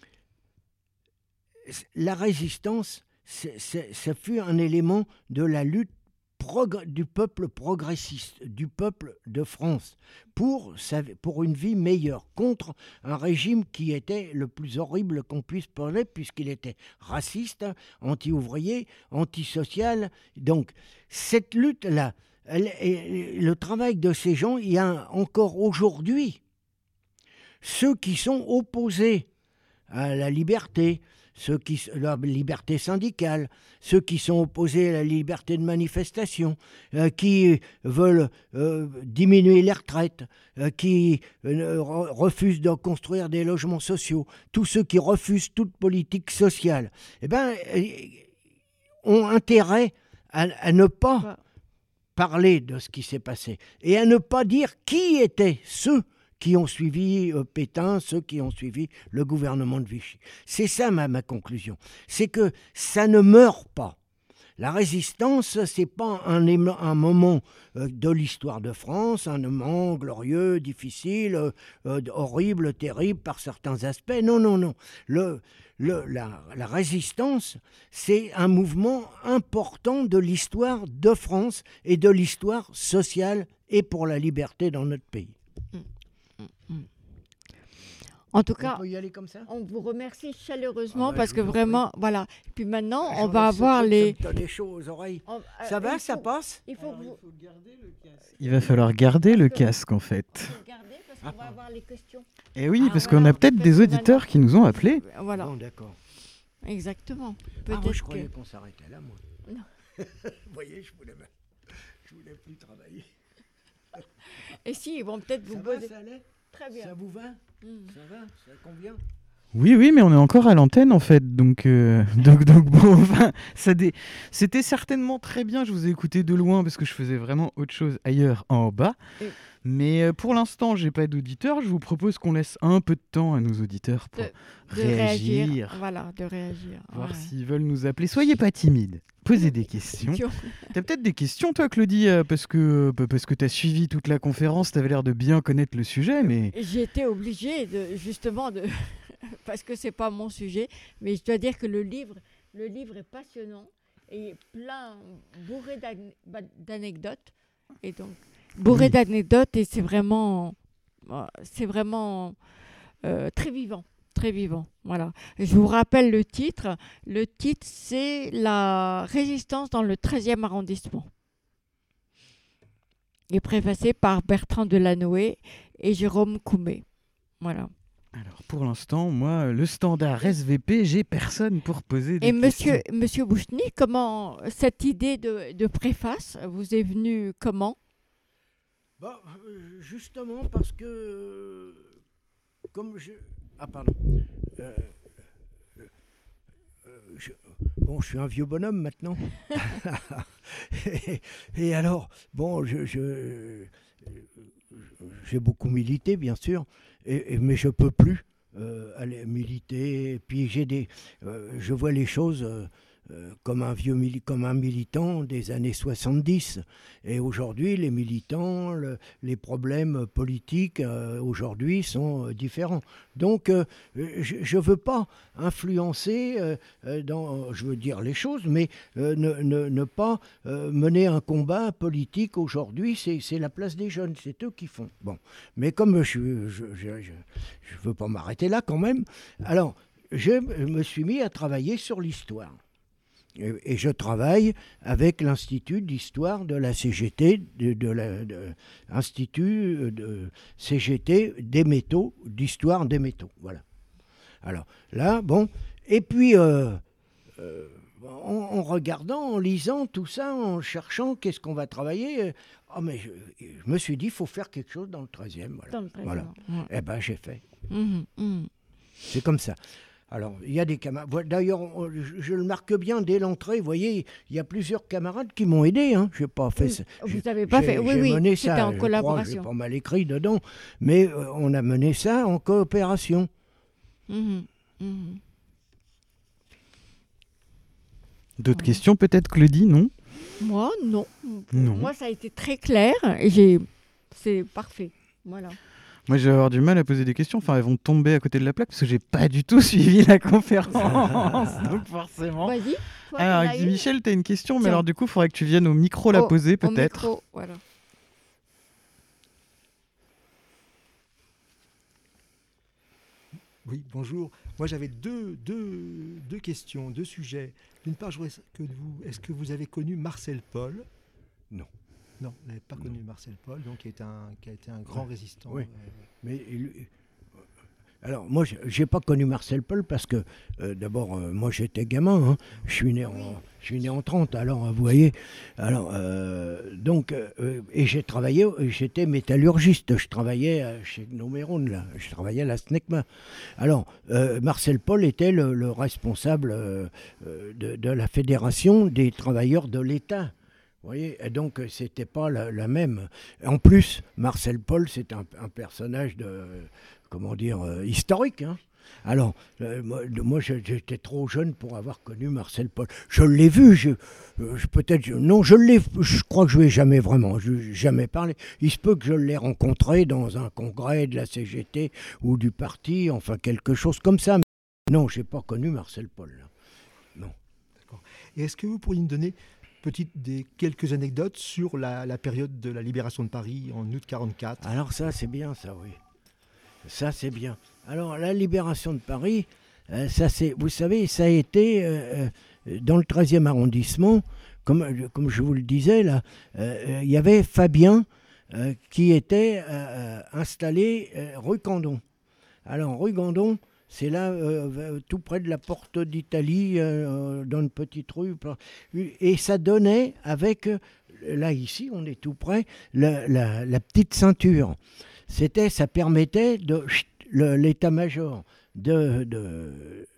La résistance, c'est- c'est- ça fut un élément de la lutte progr- du peuple progressiste, du peuple de France, pour, sa- pour une vie meilleure, contre un régime qui était le plus horrible qu'on puisse parler, puisqu'il était raciste, anti-ouvrier, antisocial. Donc, cette lutte-là, elle, elle, le travail de ces gens, il y a encore aujourd'hui ceux qui sont opposés à la liberté, ceux qui, la liberté syndicale, ceux qui sont opposés à la liberté de manifestation, euh, qui veulent euh, diminuer les retraites, euh, qui euh, refusent de construire des logements sociaux, tous ceux qui refusent toute politique sociale, eh ben, euh, ont intérêt à, à ne pas ouais. parler de ce qui s'est passé et à ne pas dire qui étaient ceux qui ont suivi euh, Pétain, ceux qui ont suivi le gouvernement de Vichy. C'est ça ma, ma conclusion. C'est que ça ne meurt pas. La résistance, c'est pas un, un moment euh, de l'histoire de France, un moment glorieux, difficile, euh, euh, horrible, terrible par certains aspects. Non, non, non. Le, le, la, la résistance, c'est un mouvement important de l'histoire de France et de l'histoire sociale et pour la liberté dans notre pays. En tout cas, on peut y aller comme ça. On vous remercie chaleureusement ah ouais, parce que vraiment, prie. voilà. Puis maintenant, ah, on va avoir les. Ça me des choses aux oreilles. On, euh, ça va, faut, ça passe. Il, faut Alors, vous... il, faut garder le casque. Il va falloir garder le casque en fait. Il faut le garder parce qu'on ah, va avoir les questions. Et oui, ah, parce voilà, qu'on a peut-être des auditeurs maintenant... qui nous ont appelés. Voilà. Bon, d'accord. Exactement. Ah, moi, je que... croyais qu'on s'arrêtait là, moi. Non. Vous voyez, je voulais, je voulais plus travailler. Et si, ils vont peut-être vous ça poser. Va, ça allait Très bien. Ça vous va mmh. Ça va Ça convient Oui, oui, mais on est encore à l'antenne en fait, donc, euh, donc, donc bon, enfin, ça dé... c'était certainement très bien. Je vous ai écouté de loin parce que je faisais vraiment autre chose ailleurs en bas. Et... Mais euh, pour l'instant, j'ai pas d'auditeurs. Je vous propose qu'on laisse un peu de temps à nos auditeurs pour de, de réagir. réagir. Voilà, de réagir. Voir ouais. s'ils veulent nous appeler. Soyez pas timides. Posez des questions. T'as peut-être des questions, toi, Claudie, parce que, parce que t'as suivi toute la conférence, t'avais l'air de bien connaître le sujet, mais... J'ai été obligée, de, justement, de... parce que c'est pas mon sujet, mais je dois dire que le livre, le livre est passionnant et plein, bourré d'anecdotes. Et donc, bourré oui. d'anecdotes, et c'est vraiment... C'est vraiment euh, très vivant. Très vivant, voilà. Je vous rappelle le titre. Le titre, c'est La résistance dans le treizième arrondissement. Il est préfacé par Bertrand Delanoë et Jérôme Coumé. Voilà. Alors, pour l'instant, moi, le standard S V P, j'ai personne pour poser des et questions. Et monsieur, monsieur Bouchny, comment cette idée de, de préface vous est venue comment ? Bah, justement parce que, comme je... Ah, pardon. Euh, euh, je, bon, je suis un vieux bonhomme maintenant. et, et alors, bon, je, je, j'ai beaucoup milité, bien sûr, et, et, mais je ne peux plus euh, aller militer. Et puis, j'ai des, euh, je vois les choses... Euh, Euh, comme un vieux mili- comme un militant des années soixante-dix. Et aujourd'hui, les militants, le, les problèmes politiques euh, aujourd'hui sont euh, différents. Donc, euh, je ne veux pas influencer, euh, dans, je veux dire les choses, mais euh, ne, ne, ne pas euh, mener un combat politique aujourd'hui. C'est, c'est la place des jeunes, c'est eux qui font. Bon, mais comme je ne je, je, je, je veux pas m'arrêter là quand même, alors je me suis mis à travailler sur l'histoire. Et je travaille avec l'Institut d'histoire de la C G T, de, de la, de, Institut de C G T des métaux, d'histoire des métaux. Voilà. Alors là, bon, et puis euh, euh, en, en regardant, en lisant tout ça, en cherchant qu'est-ce qu'on va travailler, oh, mais je, je me suis dit, il faut faire quelque chose dans le treizième. Voilà. Dans le treizième. Voilà. Ouais. Eh bien, j'ai fait. Mmh, mmh. C'est comme ça. Alors, il y a des camarades. D'ailleurs, je, je le marque bien dès l'entrée. Vous voyez, il y a plusieurs camarades qui m'ont aidé. Hein. Je n'ai pas fait. Oui, vous n'avez pas fait. Oui, j'ai oui. Mené c'était ça, en collaboration. J'ai pas mal écrit dedans, mais euh, on a mené ça en coopération. Mmh, mmh. D'autres mmh. questions, peut-être, Claudie, non ? Moi, non. non. Moi, ça a été très clair. Et j'ai... c'est parfait. Voilà. Moi, je vais avoir du mal à poser des questions. Enfin, elles vont tomber à côté de la plaque parce que j'ai pas du tout suivi la conférence. Donc, forcément. Vas-y. Toi, alors, Guy Michel, tu as une question, mais Tiens. alors, du coup, il faudrait que tu viennes au micro la oh, poser, peut-être. Au micro, voilà. Oui, bonjour. Moi, j'avais deux, deux, deux questions, deux sujets. D'une part, je voudrais que vous, est-ce que vous avez connu Marcel Paul ? Non. Non, vous n'avez pas connu Marcel Paul, donc qui, est un, qui a été un grand résistant. Oui. euh, Mais il- alors moi, je j'ai pas connu Marcel Paul parce que euh, d'abord, euh, moi j'étais gamin. Hein. Je suis né en, je suis né en trente. Alors vous voyez, alors euh, donc euh, et j'ai travaillé, j'étais métallurgiste. Je travaillais euh, chez Gnomeron là. Je travaillais à la SNECMA. Alors euh, Marcel Paul était le, le responsable euh, euh, de, de la fédération des travailleurs de l'État. Vous voyez, et donc euh, c'était pas la, la même. En plus, Marcel Paul, c'est un, un personnage de, comment dire, euh, historique. Hein. Alors, euh, moi, moi, j'étais trop jeune pour avoir connu Marcel Paul. Je l'ai vu, je, euh, je- peut-être, je- non, je l'ai, je crois que je lui ai jamais vraiment, je lui ai jamais parlé. Il se peut que je l'ai rencontré dans un congrès de la C G T ou du parti, enfin quelque chose comme ça. Mais non, j'ai pas connu Marcel Paul. Là. Non. Et est-ce que vous pourriez me donner petite, des, quelques anecdotes sur la, la période de la libération de Paris en août quarante-quatre? Alors ça, c'est bien, ça, oui. Ça, c'est bien. Alors, la libération de Paris, euh, ça, c'est, vous savez, ça a été euh, euh, dans le treizième arrondissement, comme, euh, comme je vous le disais, là, euh, il y avait Fabien euh, qui était euh, installé euh, rue Candon. Alors, rue Candon, c'est là, euh, tout près de la porte d'Italie, euh, dans une petite rue. Et ça donnait avec, euh, là, ici, on est tout près, la, la, la petite ceinture. C'était, ça permettait de chut, le, l'état-major de, de,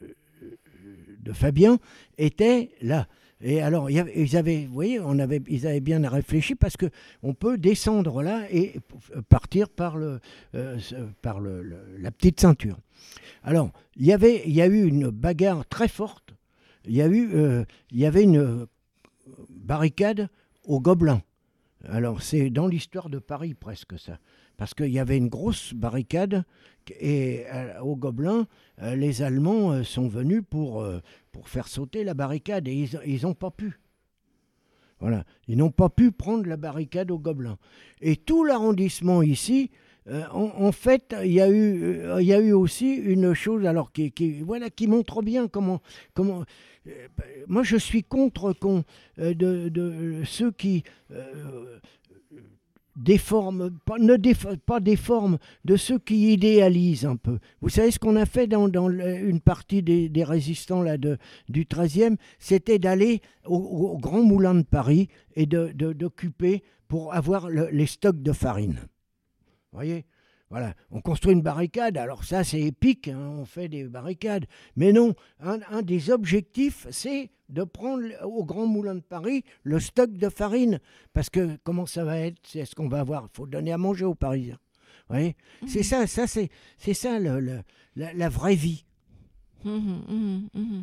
de Fabien était là. Et alors, il y avait, ils avaient, vous voyez, on avait, ils avaient bien réfléchi parce que on peut descendre là et partir par le, euh, par le, le, la petite ceinture. Alors, il y avait, il y a eu une bagarre très forte. Il y a eu, euh, il y avait une barricade aux Gobelins. Alors, c'est dans l'histoire de Paris presque ça. Parce qu'il y avait une grosse barricade et euh, aux Gobelins, euh, les Allemands euh, sont venus pour, euh, pour faire sauter la barricade et ils n'ont pas pu. Voilà, ils n'ont pas pu prendre la barricade aux Gobelins. Et tout l'arrondissement ici, euh, en, en fait, il y a eu, euh, il y a eu aussi une chose alors qui, qui, voilà, qui montre bien comment... comment euh, moi, je suis contre qu'on, euh, de, de ceux qui... Euh, déforme, pas, ne déf, pas déforme, de ceux qui idéalisent un peu. Vous savez ce qu'on a fait dans, dans une partie des, des résistants là, de, du treizième, c'était d'aller au, au Grand Moulin de Paris et de, de, d'occuper pour avoir le, les stocks de farine. Vous voyez ? Voilà, on construit une barricade, alors ça c'est épique, hein, on fait des barricades. Mais non, un, un des objectifs, c'est de prendre au Grand Moulin de Paris le stock de farine. Parce que comment ça va être? C'est ce qu'on va avoir. Il faut donner à manger aux Parisiens. Vous voyez, mmh. C'est ça, ça c'est, c'est ça le, le, la, la vraie vie. Mmh, mmh, mmh.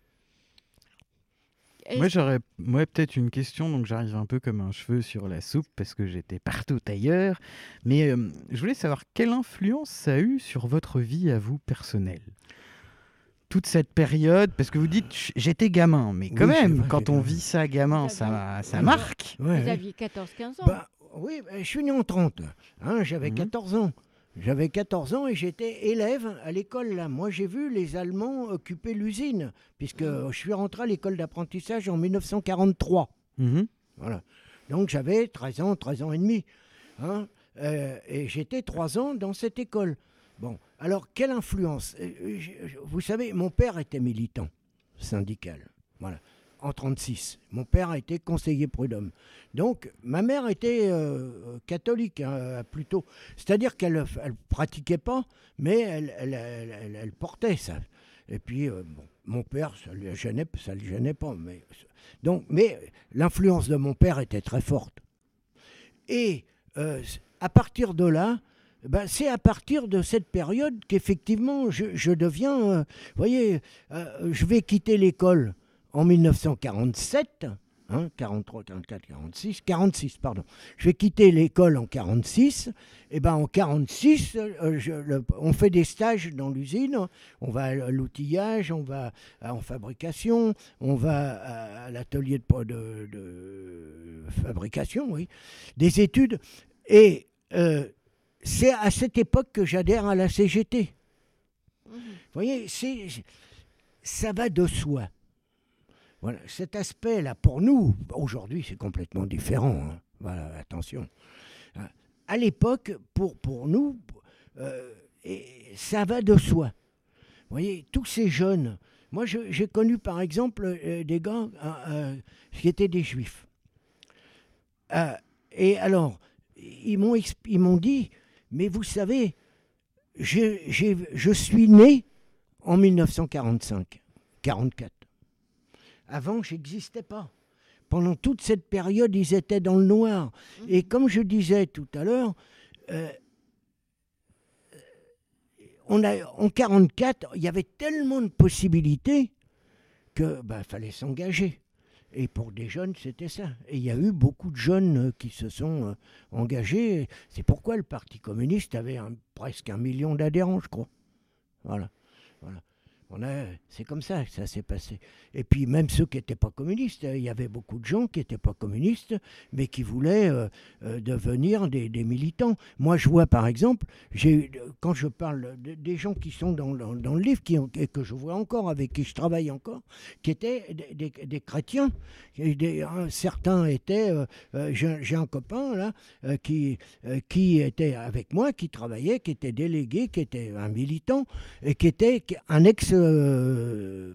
Et... Moi, j'aurais moi, peut-être une question, donc j'arrive un peu comme un cheveu sur la soupe parce que j'étais partout ailleurs. Mais euh, je voulais savoir quelle influence ça a eu sur votre vie à vous personnelle. Toute cette période, parce que vous dites j'étais gamin, mais quand oui, même, vrai, quand on gamin. vit ça gamin, ça, ça marque. Ouais, vous aviez quatorze à quinze ans. Bah, oui, je suis né en trente, hein, j'avais mmh. quatorze ans. J'avais quatorze ans et j'étais élève à l'école là. Moi, j'ai vu les Allemands occuper l'usine, puisque je suis rentré à l'école d'apprentissage en mille neuf cent quarante-trois. Mmh. Voilà. Donc, j'avais treize ans, treize ans et demi. Hein, euh, et j'étais trois ans dans cette école. Bon, alors, quelle influence? Vous savez, mon père était militant syndical. Voilà. En trente-six. Mon père a été conseiller prud'homme. Donc, ma mère était euh, catholique, hein, plutôt. C'est-à-dire qu'elle ne pratiquait pas, mais elle, elle, elle, elle, elle portait ça. Et puis, euh, bon, mon père, ça ne le gênait, ça le gênait pas. Mais, donc, mais l'influence de mon père était très forte. Et euh, à partir de là, ben, c'est à partir de cette période qu'effectivement, je, je deviens... Euh, vous voyez, euh, je vais quitter l'école en mille neuf cent quarante-sept, hein, quarante-trois, quarante-quatre, quarante-six, quarante-six, pardon. Je vais quitter l'école en quarante-six. Et ben en quarante-six, euh, je, le, on fait des stages dans l'usine. On va à l'outillage, on va à, en fabrication, on va à, à l'atelier de, de, de fabrication, oui, des études. Et euh, c'est à cette époque que j'adhère à la C G T. Mmh. Vous voyez, c'est, ça va de soi. Voilà, cet aspect-là, pour nous, aujourd'hui, c'est complètement différent. Hein. Voilà, attention. À l'époque, pour, pour nous, euh, et ça va de soi. Vous voyez, tous ces jeunes, moi je, j'ai connu par exemple euh, des gars euh, euh, qui étaient des juifs. Euh, et alors, ils m'ont, exp- ils m'ont dit, mais vous savez, j'ai, j'ai, je suis né en mille neuf cent quarante-cinq, quarante-quatre. Avant, j'existais pas. Pendant toute cette période, ils étaient dans le noir. Et comme je disais tout à l'heure, euh, on a, en quarante-quatre, il y avait tellement de possibilités que bah, fallait s'engager. Et pour des jeunes, c'était ça. Et il y a eu beaucoup de jeunes euh, qui se sont euh, engagés. C'est pourquoi le Parti communiste avait un, presque un million d'adhérents, je crois. Voilà. Voilà. On a, c'est comme ça que ça s'est passé. Et puis même ceux qui n'étaient pas communistes, il y avait beaucoup de gens qui n'étaient pas communistes, mais qui voulaient euh, euh, devenir des, des militants. Moi, je vois par exemple, j'ai, quand je parle de, des gens qui sont dans, dans, dans le livre, qui ont, et que je vois encore, avec qui je travaille encore, qui étaient des, des, des chrétiens. Des, hein, certains étaient, euh, euh, j'ai, j'ai un copain là, euh, qui, euh, qui était avec moi, qui travaillait, qui était délégué, qui était un militant, et qui était un ex... Euh,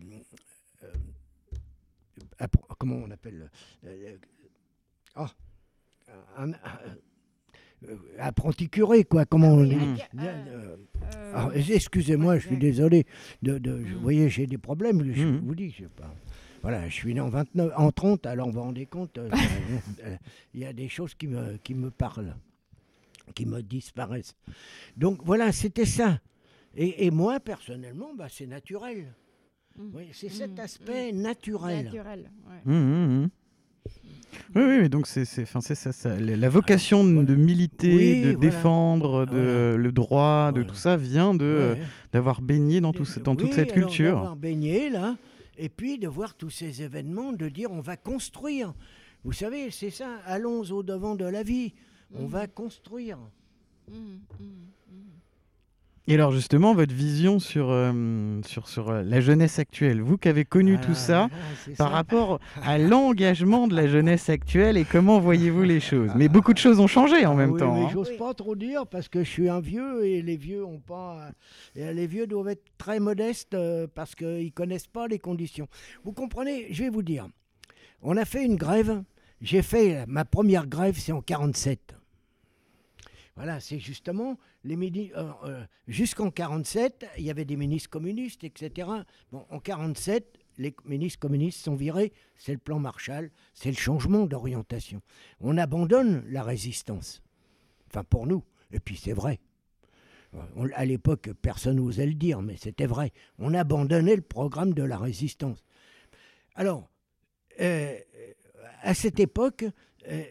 euh, comment on appelle euh, oh, un, un, euh, apprenti curé, quoi. Comment on dit euh, euh, ah, excusez-moi, je suis désolé. De, de, mm. Vous voyez, j'ai des problèmes. Je mm. vous dis, je sais pas. Voilà, je suis né en vingt-neuf, en trente, alors vous vous rendez compte, il euh, y a des choses qui me, qui me parlent, qui me disparaissent. Donc voilà, c'était ça. Et, et moi, personnellement, bah, c'est naturel. Mmh. Oui, c'est mmh. cet aspect mmh. naturel. Naturel, ouais. Mmh, mmh. Oui, oui, mais donc c'est, c'est, c'est ça, ça. La vocation ah, voilà. de militer, oui, de voilà. défendre de, voilà. le droit, voilà. de tout ça vient de, ouais. d'avoir baigné dans, tout, dans oui, toute cette alors, culture. D'avoir baigné, là, et puis de voir tous ces événements, de dire on va construire. Vous savez, c'est ça, allons au-devant de la vie, mmh. on va construire. Mmh, mmh, mmh. Et alors justement, votre vision sur, euh, sur, sur euh, la jeunesse actuelle, vous qui avez connu ah, tout ça, ah, par ça. rapport à l'engagement de la jeunesse actuelle et comment voyez-vous les choses? Mais beaucoup de choses ont changé en même oui, temps. Mais hein. j'ose oui. pas trop dire parce que je suis un vieux et les vieux ont pas, et les vieux doivent être très modestes parce qu'ils connaissent pas les conditions. Vous comprenez? Je vais vous dire. On a fait une grève. J'ai fait ma première grève, c'est en quarante-sept. Voilà, c'est justement les mini- euh, euh, jusqu'en quarante-sept, il y avait des ministres communistes, et cetera. Bon, en quarante-sept, les ministres communistes sont virés, c'est le plan Marshall, c'est le changement d'orientation. On abandonne la résistance, enfin pour nous, et puis c'est vrai. On, à l'époque, personne n'osait le dire, mais c'était vrai. On abandonnait le programme de la résistance. Alors, euh, à cette époque... Euh,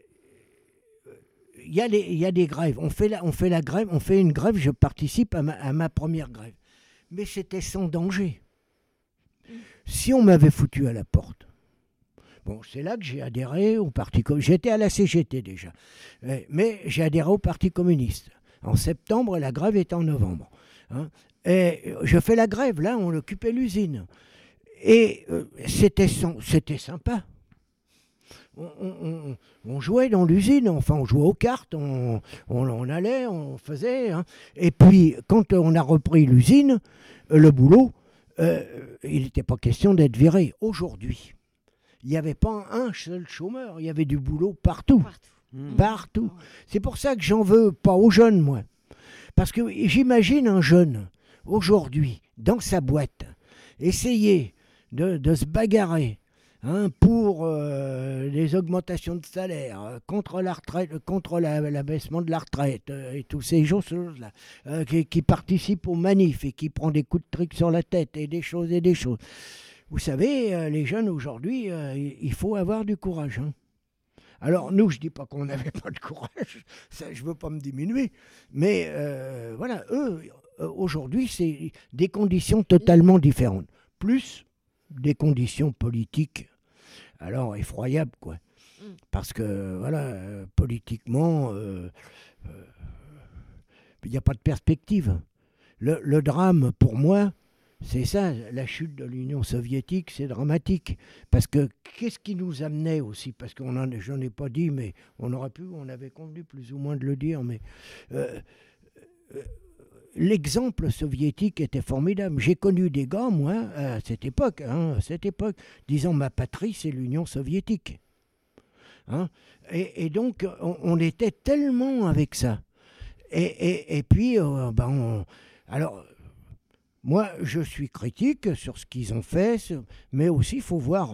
Il y, a les, il y a des grèves. On fait, la, on fait la grève, on fait une grève, je participe à ma, à ma première grève. Mais c'était sans danger. Si on m'avait foutu à la porte, bon, c'est là que j'ai adhéré au Parti communiste. J'étais à la C G T déjà. Mais j'ai adhéré au Parti communiste. En septembre, la grève est en novembre. Hein. Et je fais la grève, là, on occupait l'usine. Et euh, c'était, c'était sympa. On, on, on jouait dans l'usine, enfin on jouait aux cartes, on, on, on allait, on faisait. Hein. Et puis quand on a repris l'usine, le boulot, euh, il n'était pas question d'être viré. Aujourd'hui, il n'y avait pas un seul chômeur, il y avait du boulot partout. Partout. Mmh. Partout. C'est pour ça que j'en veux pas aux jeunes, moi. Parce que j'imagine un jeune, aujourd'hui, dans sa boîte, essayer de, de se bagarrer. Hein, pour euh, les augmentations de salaire, euh, contre la retraite, contre la, l'abaissement de la retraite euh, et tous ces choses-là, euh, qui, qui participent aux manifs et qui prend des coups de trick sur la tête et des choses et des choses. Vous savez, euh, les jeunes aujourd'hui, euh, il faut avoir du courage. Hein. Alors nous, je dis pas qu'on n'avait pas de courage, ça, je veux pas me diminuer, mais euh, voilà, eux, aujourd'hui, c'est des conditions totalement différentes, plus des conditions politiques. Alors, effroyable, quoi. Mm. Parce que, voilà, euh, politiquement, il euh, n'y euh, a pas de perspective. Le, le drame, pour moi, C'est ça, la chute de l'Union soviétique, c'est dramatique. Parce que qu'est-ce qui nous amenait aussi? Parce que je n'en ai pas dit, mais on aurait pu, on avait convenu plus ou moins de le dire, mais euh, euh, l'exemple soviétique était formidable. J'ai connu des gars, moi, à cette époque, hein, à cette époque, disant ma patrie, c'est l'Union soviétique. Hein, et, et donc, on, on était tellement avec ça. Et, et, et puis, euh, ben, on, alors... Moi, je suis critique sur ce qu'ils ont fait, mais aussi il faut voir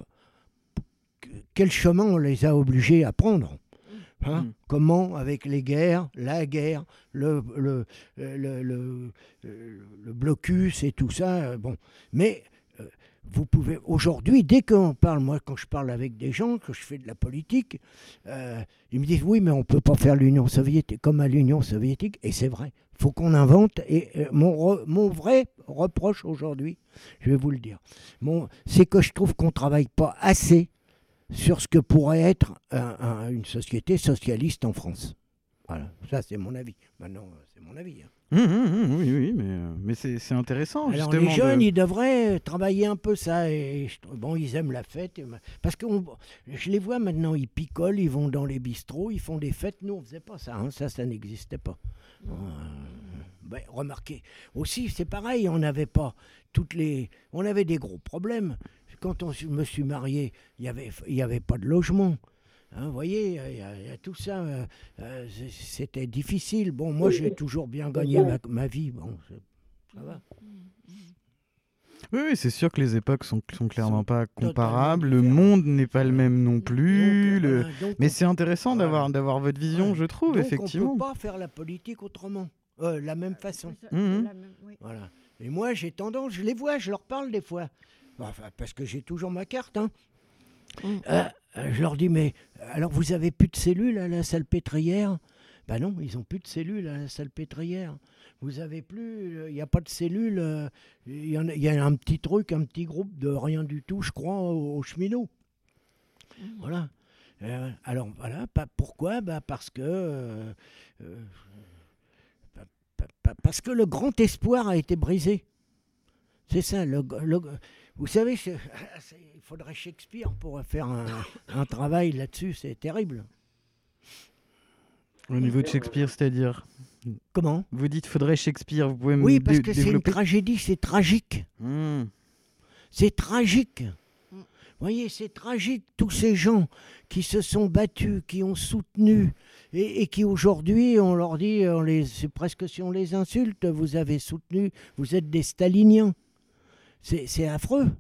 quel chemin on les a obligés à prendre. Hein mmh. Comment, avec les guerres, la guerre, le, le, le, le, le blocus et tout ça. Bon. Mais euh, vous pouvez, aujourd'hui, dès qu'on parle, moi quand je parle avec des gens, que je fais de la politique, euh, ils me disent oui, mais on ne peut pas faire l'Union soviétique comme à l'Union soviétique, et c'est vrai. Il faut qu'on invente, et euh, mon, re, mon vrai reproche aujourd'hui, je vais vous le dire, mon, c'est que je trouve qu'on ne travaille pas assez sur ce que pourrait être un, un, une société socialiste en France. Voilà, ça c'est mon avis. Maintenant, c'est mon avis. Hein. Mmh, mmh, oui, oui, mais, mais c'est, c'est intéressant. Alors justement, les jeunes, de... ils devraient travailler un peu ça. Et, bon, ils aiment la fête. Et, parce que on, je les vois maintenant, ils picolent, ils vont dans les bistrots, ils font des fêtes. Nous, on ne faisait pas ça. Hein, ça, ça n'existait pas. Euh, ben, remarquez, aussi, c'est pareil, on n'avait pas toutes les... On avait des gros problèmes. Quand on, je me suis marié, il n'y avait, il y avait pas de logement. Vous hein, voyez, il y, y a tout ça. Euh, euh, c'était difficile. Bon, moi, j'ai toujours bien gagné ma, ma vie. Bon, ça va. Oui, oui, c'est sûr que les époques sont, sont clairement pas comparables. Le monde n'est pas le même non plus. Donc, le... voilà, donc, mais c'est intéressant voilà. d'avoir, d'avoir votre vision, ouais. je trouve, donc, effectivement. On ne peut pas faire la politique autrement, euh, la même façon. Mmh. La même, oui. Voilà. Et moi, j'ai tendance, je les vois, je leur parle des fois. Enfin, parce que j'ai toujours ma carte. Hein. Mmh. Euh, je leur dis, mais alors vous avez plus de cellules à la salpêtrière? Ben non, ils n'ont plus de cellules à la salpêtrière. Vous avez plus, il n'y a pas de cellules. Il y, y a un petit truc, un petit groupe de rien du tout, je crois, aux, aux cheminots. Mmh. Voilà. Euh, alors voilà, pas, pourquoi? Ben parce que euh, euh, parce que le grand espoir a été brisé. C'est ça. Le, le, vous savez, c'est, c'est, il faudrait Shakespeare pour faire un, un travail là-dessus. C'est terrible. Au niveau de Shakespeare, c'est-à-dire? Comment? Vous dites faudrait Shakespeare, vous pouvez me Oui, parce dé- que développer? C'est une tragédie, c'est tragique. Mmh. C'est tragique. Vous voyez, c'est tragique, tous ces gens qui se sont battus, qui ont soutenu, et, et qui aujourd'hui, on leur dit, on les, c'est presque si on les insulte, vous avez soutenu, vous êtes des staliniens. C'est, c'est affreux. Vous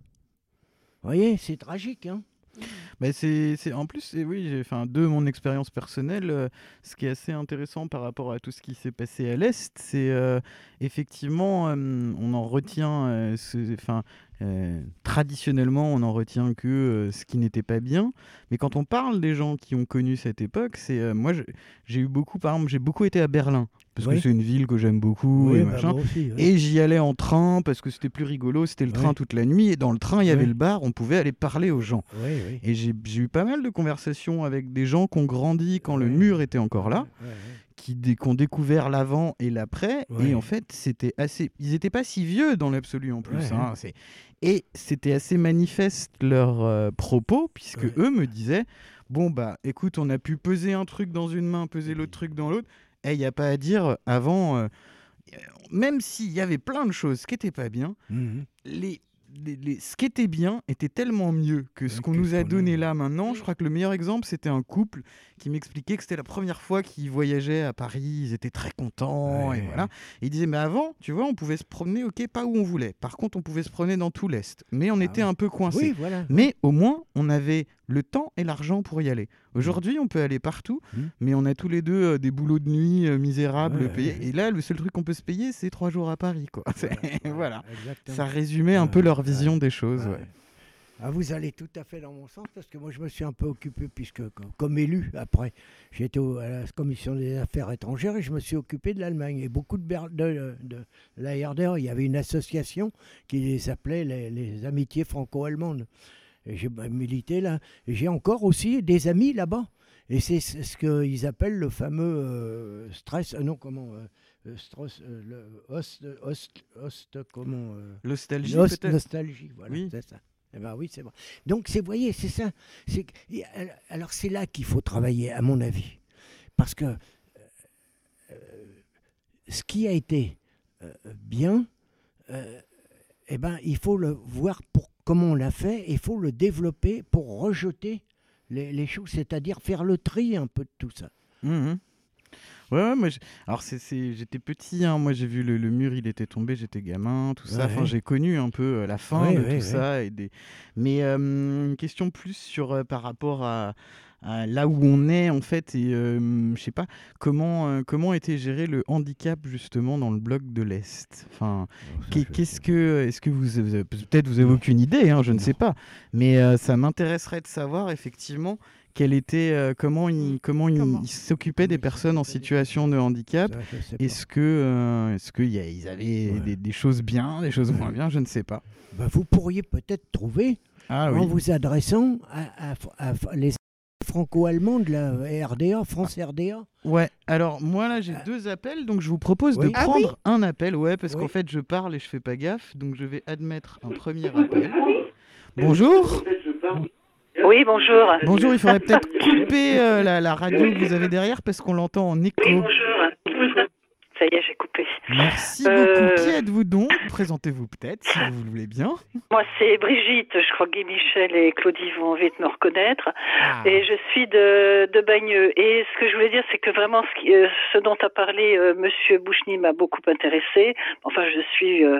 voyez, c'est tragique, hein. Bah c'est, c'est, en plus, c'est, oui, j'ai, enfin, de mon expérience personnelle, euh, ce qui est assez intéressant par rapport à tout ce qui s'est passé à l'Est, c'est euh, effectivement, euh, on en retient, euh, ce, enfin, euh, traditionnellement, on en retient que euh, ce qui n'était pas bien. Mais quand on parle des gens qui ont connu cette époque, c'est euh, moi, je, j'ai eu beaucoup, par exemple, j'ai beaucoup été à Berlin. Parce oui. que c'est une ville que j'aime beaucoup, oui, et, bah machin. Aussi, oui. Et j'y allais en train parce que c'était plus rigolo, c'était le train oui. toute la nuit. Et dans le train, il y avait oui. le bar, on pouvait aller parler aux gens. Oui, oui. Et j'ai, j'ai eu pas mal de conversations avec des gens qui ont grandi quand oui. le mur était encore là, oui, oui. Qui, dé- qui ont découvert l'avant et l'après. Oui. Et en fait, c'était assez... ils n'étaient pas si vieux dans l'absolu en plus. Oui, hein. C'est... Et c'était assez manifeste leurs euh, propos, puisque oui. eux me disaient, bon, bah écoute, on a pu peser un truc dans une main, peser l'autre truc dans l'autre. Il n'y a pas à dire, avant, euh, même s'il y avait plein de choses qui n'étaient pas bien, mmh. les, les, les, ce qui était bien était tellement mieux que ce qu'on nous a donné là maintenant. Je crois que le meilleur exemple, c'était un couple qui m'expliquait que c'était la première fois qu'ils voyageaient à Paris, ils étaient très contents, ouais, et voilà. Et ils disaient, mais avant, tu vois, on pouvait se promener, ok, pas où on voulait. Par contre, on pouvait se promener dans tout l'Est. Mais on ah, était ouais. un peu coincés. Oui, voilà. Mais au moins, on avait le temps et l'argent pour y aller. Aujourd'hui, on peut aller partout, mmh. mais on a tous les deux euh, des boulots de nuit euh, misérables ouais, payés. Ouais, ouais. Et là, le seul truc qu'on peut se payer, c'est trois jours à Paris, quoi. Ouais, voilà. Exactement. Ça résumait un ouais, peu leur vision ouais, des choses. Ouais. Ouais. Ah, vous allez tout à fait dans mon sens, parce que moi, je me suis un peu occupé, puisque comme, comme élu, après, j'étais au, à la commission des affaires étrangères et je me suis occupé de l'Allemagne. Et beaucoup de, Ber- de, de, de la R D R, il y avait une association qui les appelait les, les amitiés franco-allemandes. Et j'ai milité là. Et j'ai encore aussi des amis là-bas. Et c'est ce qu'ils appellent le fameux euh, stress, euh, non, comment, euh, euh, Strauss, euh, le host, host, host, comment euh, Nostalgie, Nost- peut-être. Nostalgie, voilà, Oui. c'est ça. Eh ben oui, c'est vrai. Donc, c'est, vous voyez, c'est ça. C'est, et, alors, c'est là qu'il faut travailler, à mon avis. Parce que euh, ce qui a été euh, bien, euh, eh ben, il faut le voir pour comment on l'a fait, il faut le développer pour rejeter les, les choses, c'est-à-dire faire le tri un peu de tout ça. Mmh. Ouais, ouais, moi, j'ai- alors c'est, c'est- j'étais petit, hein, moi j'ai vu le, le mur, il était tombé, j'étais gamin, tout ça. Ouais, Enfin, ouais. j'ai connu un peu euh, la fin Ouais, de ouais, tout ouais. ça. Et des... Mais euh, une question plus sur euh, par rapport à, à là où on est en fait et euh, je sais pas comment euh, comment était géré le handicap justement dans le bloc de l'Est. Enfin, Alors, ça, qu'est- je qu'est-ce sais que est-ce que vous, vous avez- peut-être vous avez Non. aucune idée, hein, je ne Non. sais pas. Mais euh, ça m'intéresserait de savoir effectivement quel était euh, comment il Mm. comment il, Comment il s'occupait Comment des il personnes en s'occupait des situation de handicap. Ça, je sais pas. Est-ce que euh, est-ce qu'il y a- ils avaient Ouais. des, des choses bien, des choses moins bien, je ne sais pas. Ben, vous pourriez peut-être trouver Ah en oui. vous adressant à, à- à les franco-allemands de la R D A, France R D A. Ouais. Alors moi là j'ai Ah. deux appels, donc je vous propose de Oui. Ah prendre un appel, ouais, parce Oui. qu'en fait je parle et je fais pas gaffe, donc je vais admettre un premier appel. Bonjour. Oui, bonjour. Bonjour, il faudrait peut-être couper euh, la, la radio que vous avez derrière parce qu'on l'entend en écho. Ça y est, j'ai coupé. Merci Euh, beaucoup. Qui êtes-vous donc? Présentez-vous peut-être si vous le voulez bien. Moi, c'est Brigitte. Je crois que Guy Michel et Claudie vont vite me reconnaître. Ah. Et je suis de, de Bagneux. Et ce que je voulais dire, c'est que vraiment, ce, qui- euh, ce dont a parlé euh, Monsieur Bouchny m'a beaucoup intéressé. Enfin, je suis... Euh,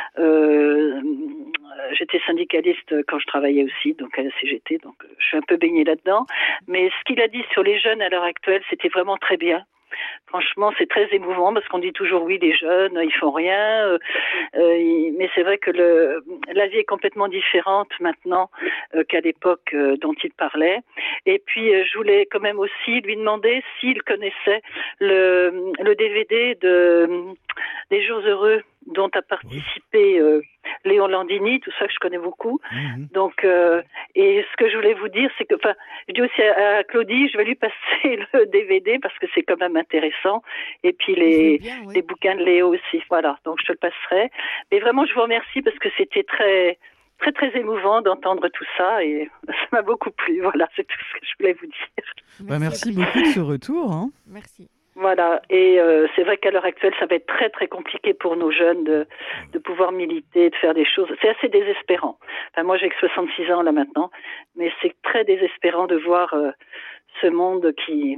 euh, j'étais syndicaliste quand je travaillais aussi, donc à la C G T, donc euh, je suis un peu baignée là-dedans. Mais ce qu'il a dit sur les jeunes à l'heure actuelle, c'était vraiment très bien. Franchement, c'est très émouvant parce qu'on dit toujours oui, les jeunes, ils font rien. Euh, euh, ils- mais c'est vrai que le, la vie est complètement différente maintenant euh, qu'à l'époque euh, dont il parlait. Et puis, euh, je voulais quand même aussi lui demander s'il connaissait le, le D V D de des Jours heureux dont a participé euh, Léon Landini, tout ça que je connais beaucoup. Mhm. Donc, euh, et ce que je voulais vous dire, c'est que, enfin, je dis aussi à, à Claudie, je vais lui passer le D V D parce que c'est quand même intéressant. Et puis Je veux les, bien, oui. les bouquins de Léo aussi, voilà. Donc je te le passerai. Mais vraiment, je vous remercie parce que c'était très, très, très émouvant d'entendre tout ça et ça m'a beaucoup plu. Voilà, c'est tout ce que je voulais vous dire. Bah, merci Brigitte. beaucoup de ce retour. Hein. Merci. Voilà, et euh, c'est vrai qu'à l'heure actuelle, ça va être très très compliqué pour nos jeunes de, de pouvoir militer, de faire des choses. C'est assez désespérant. Enfin, moi, j'ai que soixante-six ans là maintenant, mais c'est très désespérant de voir euh, ce monde qui,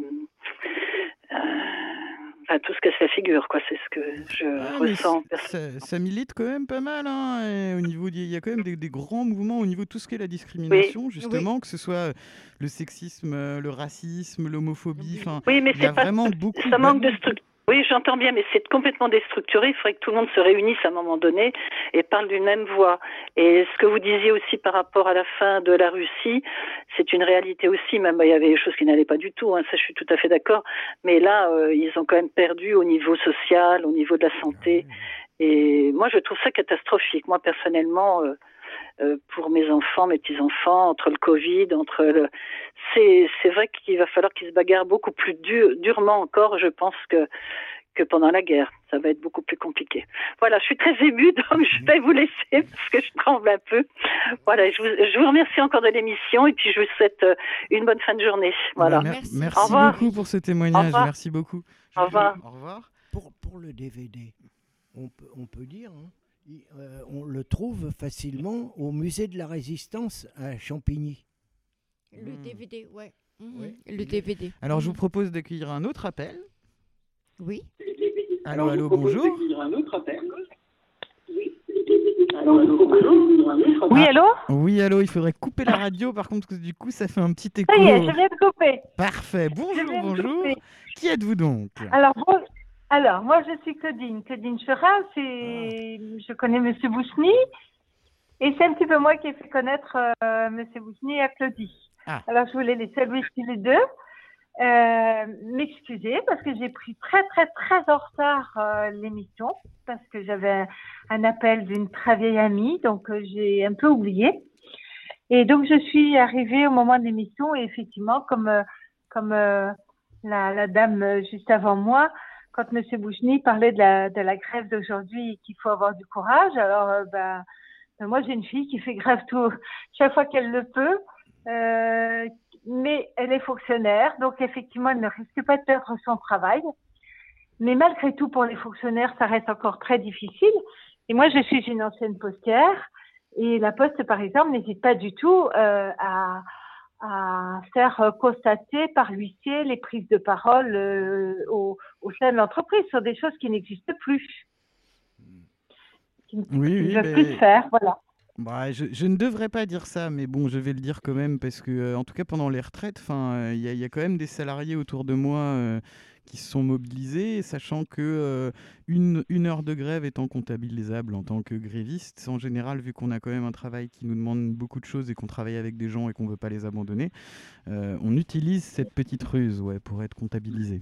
euh, enfin, tout ce que ça figure, quoi. C'est ce que je Ah, mais ressens. c- ça, ça milite quand même pas mal. Hein, et au niveau, il y a quand même des, des grands mouvements au niveau de tout ce qui est la discrimination, justement, que ce soit le sexisme, euh, le racisme, l'homophobie. Enfin, Oui, mais il y a c'est pas. vraiment beaucoup. Ça manque de bah, structure. Oui, j'entends bien, mais c'est complètement déstructuré. Il faudrait que tout le monde se réunisse à un moment donné et parle d'une même voix. Et ce que vous disiez aussi par rapport à la fin de la Russie, c'est une réalité aussi. Même il y avait des choses qui n'allaient pas du tout. Hein, ça, je suis tout à fait d'accord. Mais là, euh, ils ont quand même perdu au niveau social, au niveau de la santé. Et moi, je trouve ça catastrophique. Moi, personnellement. Euh, Euh, pour mes enfants, mes petits-enfants, entre le Covid, entre le... C'est, c'est vrai qu'il va falloir qu'ils se bagarrent beaucoup plus dur, durement encore, je pense, que, que pendant la guerre. Ça va être beaucoup plus compliqué. Voilà, je suis très émue, donc je vais vous laisser parce que je tremble un peu. Voilà, je vous, je vous remercie encore de l'émission et puis je vous souhaite euh, une bonne fin de journée. Voilà. mer- Merci. merci Au revoir. beaucoup pour ce Au témoignage. revoir. Merci beaucoup. Je Au vais- revoir. Au revoir. Pour, pour le D V D, on peut, on peut dire, hein, il- euh, on le trouve facilement au musée de la Résistance à Champigny. Le Hmm. D V D, ouais. Mhm. Oui. Le D V D. Alors, je vous Mhm. propose d'accueillir un autre appel. Oui. Allô, allô, bonjour. Oui, Ah. allô? Oui, allô, il faudrait couper la radio, par contre, parce que du coup, ça fait un petit écho. Ça y est, je viens de couper. Parfait. Je Bonjour, viens de bonjour. couper. Qui êtes-vous donc? Alors, bon, alors, moi, je suis Claudine. Claudine Cherin, c'est, je connais Monsieur Bouchny. Et c'est un petit peu moi qui ai fait connaître euh, Monsieur Bouchny à Claudie. Ah. Alors, je voulais les saluer tous les deux. Euh, m'excuser parce que j'ai pris très, très, très en retard euh, l'émission parce que j'avais un, un appel d'une très vieille amie, donc euh, j'ai un peu oublié. Et donc, je suis arrivée au moment de l'émission et effectivement, comme, euh, comme euh, la, la dame euh, juste avant moi, quand M. Bouchny parlait de la, de la grève d'aujourd'hui et qu'il faut avoir du courage, alors euh, ben, ben, moi j'ai une fille qui fait grève tout, chaque fois qu'elle le peut, euh, mais elle est fonctionnaire, donc effectivement elle ne risque pas de perdre son travail. Mais malgré tout, pour les fonctionnaires, ça reste encore très difficile. Et moi je suis une ancienne postière et la Poste, par exemple, n'hésite pas du tout euh, à à faire constater par l'huissier les prises de parole euh, au, au sein de l'entreprise sur des choses qui n'existent plus, qui ne Oui, qui ne oui, peuvent ben, plus se faire, voilà. bah, je, je ne devrais pas dire ça, mais bon, je vais le dire quand même parce que, euh, en tout cas, pendant les retraites, enfin, il y, a- il y a quand même des salariés autour de moi euh, qui se sont mobilisés, sachant que euh, une, une heure de grève étant comptabilisable en tant que gréviste, en général, vu qu'on a quand même un travail qui nous demande beaucoup de choses et qu'on travaille avec des gens et qu'on veut pas les abandonner, euh, on utilise cette petite ruse, ouais, pour être comptabilisé.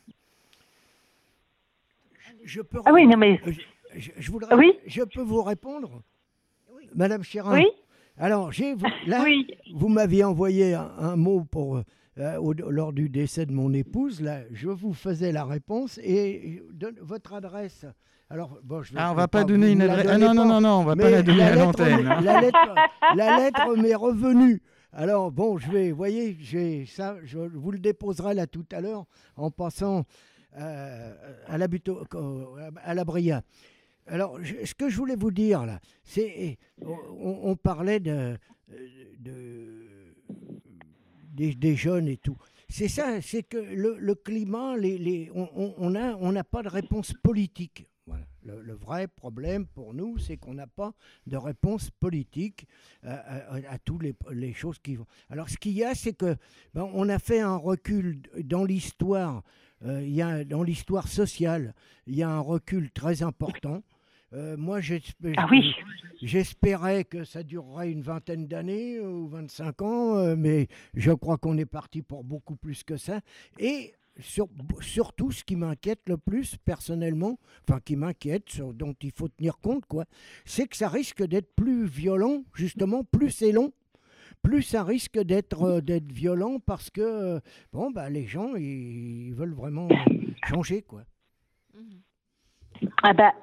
Je peux, Ah oui, non mais je, je- je voudrais, oui, je peux vous répondre, Madame Chérin. oui, Alors, j'ai, vous- là, oui. vous m'aviez envoyé un, un mot pour, euh, au- lors du décès de mon épouse. Là, je vous faisais la réponse et de, votre adresse. Alors, bon, je vais, Ah, on je va vais pas vous- donner vous une me la adresse. Ah donnez non, non, pas. non, non, on va pas Mais la donner à lettre l'antenne. m'est- hein. La lettre, la lettre m'est revenue. Alors, bon, je vais, vous voyez, j'ai ça, je vous le déposerai là tout à l'heure en passant euh, à la buto- à la Bria. Alors, je- ce que je voulais vous dire là, c'est, on, on parlait de, de- des, des jeunes et tout. C'est ça, c'est que le, le climat, les, les, on on- on a, on n'a pas de réponse politique. Voilà. Le, le vrai problème pour nous, c'est qu'on n'a pas de réponse politique euh, à, à toutes les, les choses qui vont. Alors, ce qu'il y a, c'est que ben, on a fait un recul dans l'histoire. Euh, il y a, dans l'histoire sociale, il y a un recul très important. Euh, moi, j'espé- Ah oui. j'espérais que ça durerait une vingtaine d'années ou vingt-cinq ans, euh, mais je crois qu'on est parti pour beaucoup plus que ça. Et sur- surtout, ce qui m'inquiète le plus personnellement, enfin qui m'inquiète, sur- dont il faut tenir compte, quoi, c'est que ça risque d'être plus violent, justement, plus c'est long. Plus ça risque d'être euh, d'être violent parce que euh, bon, bah, les gens ils, ils veulent vraiment changer, quoi. Ah bah,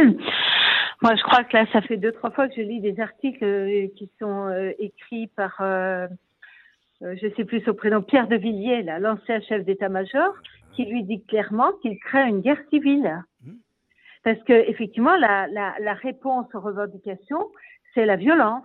moi je crois que là, ça fait deux, trois fois que je lis des articles euh, qui sont euh, écrits par, euh, euh, je sais plus son prénom, Pierre de Villiers, là, l'ancien chef d'état-major, qui lui dit clairement qu'il craint une guerre civile. Parce que effectivement, la, la, la réponse aux revendications, c'est la violence.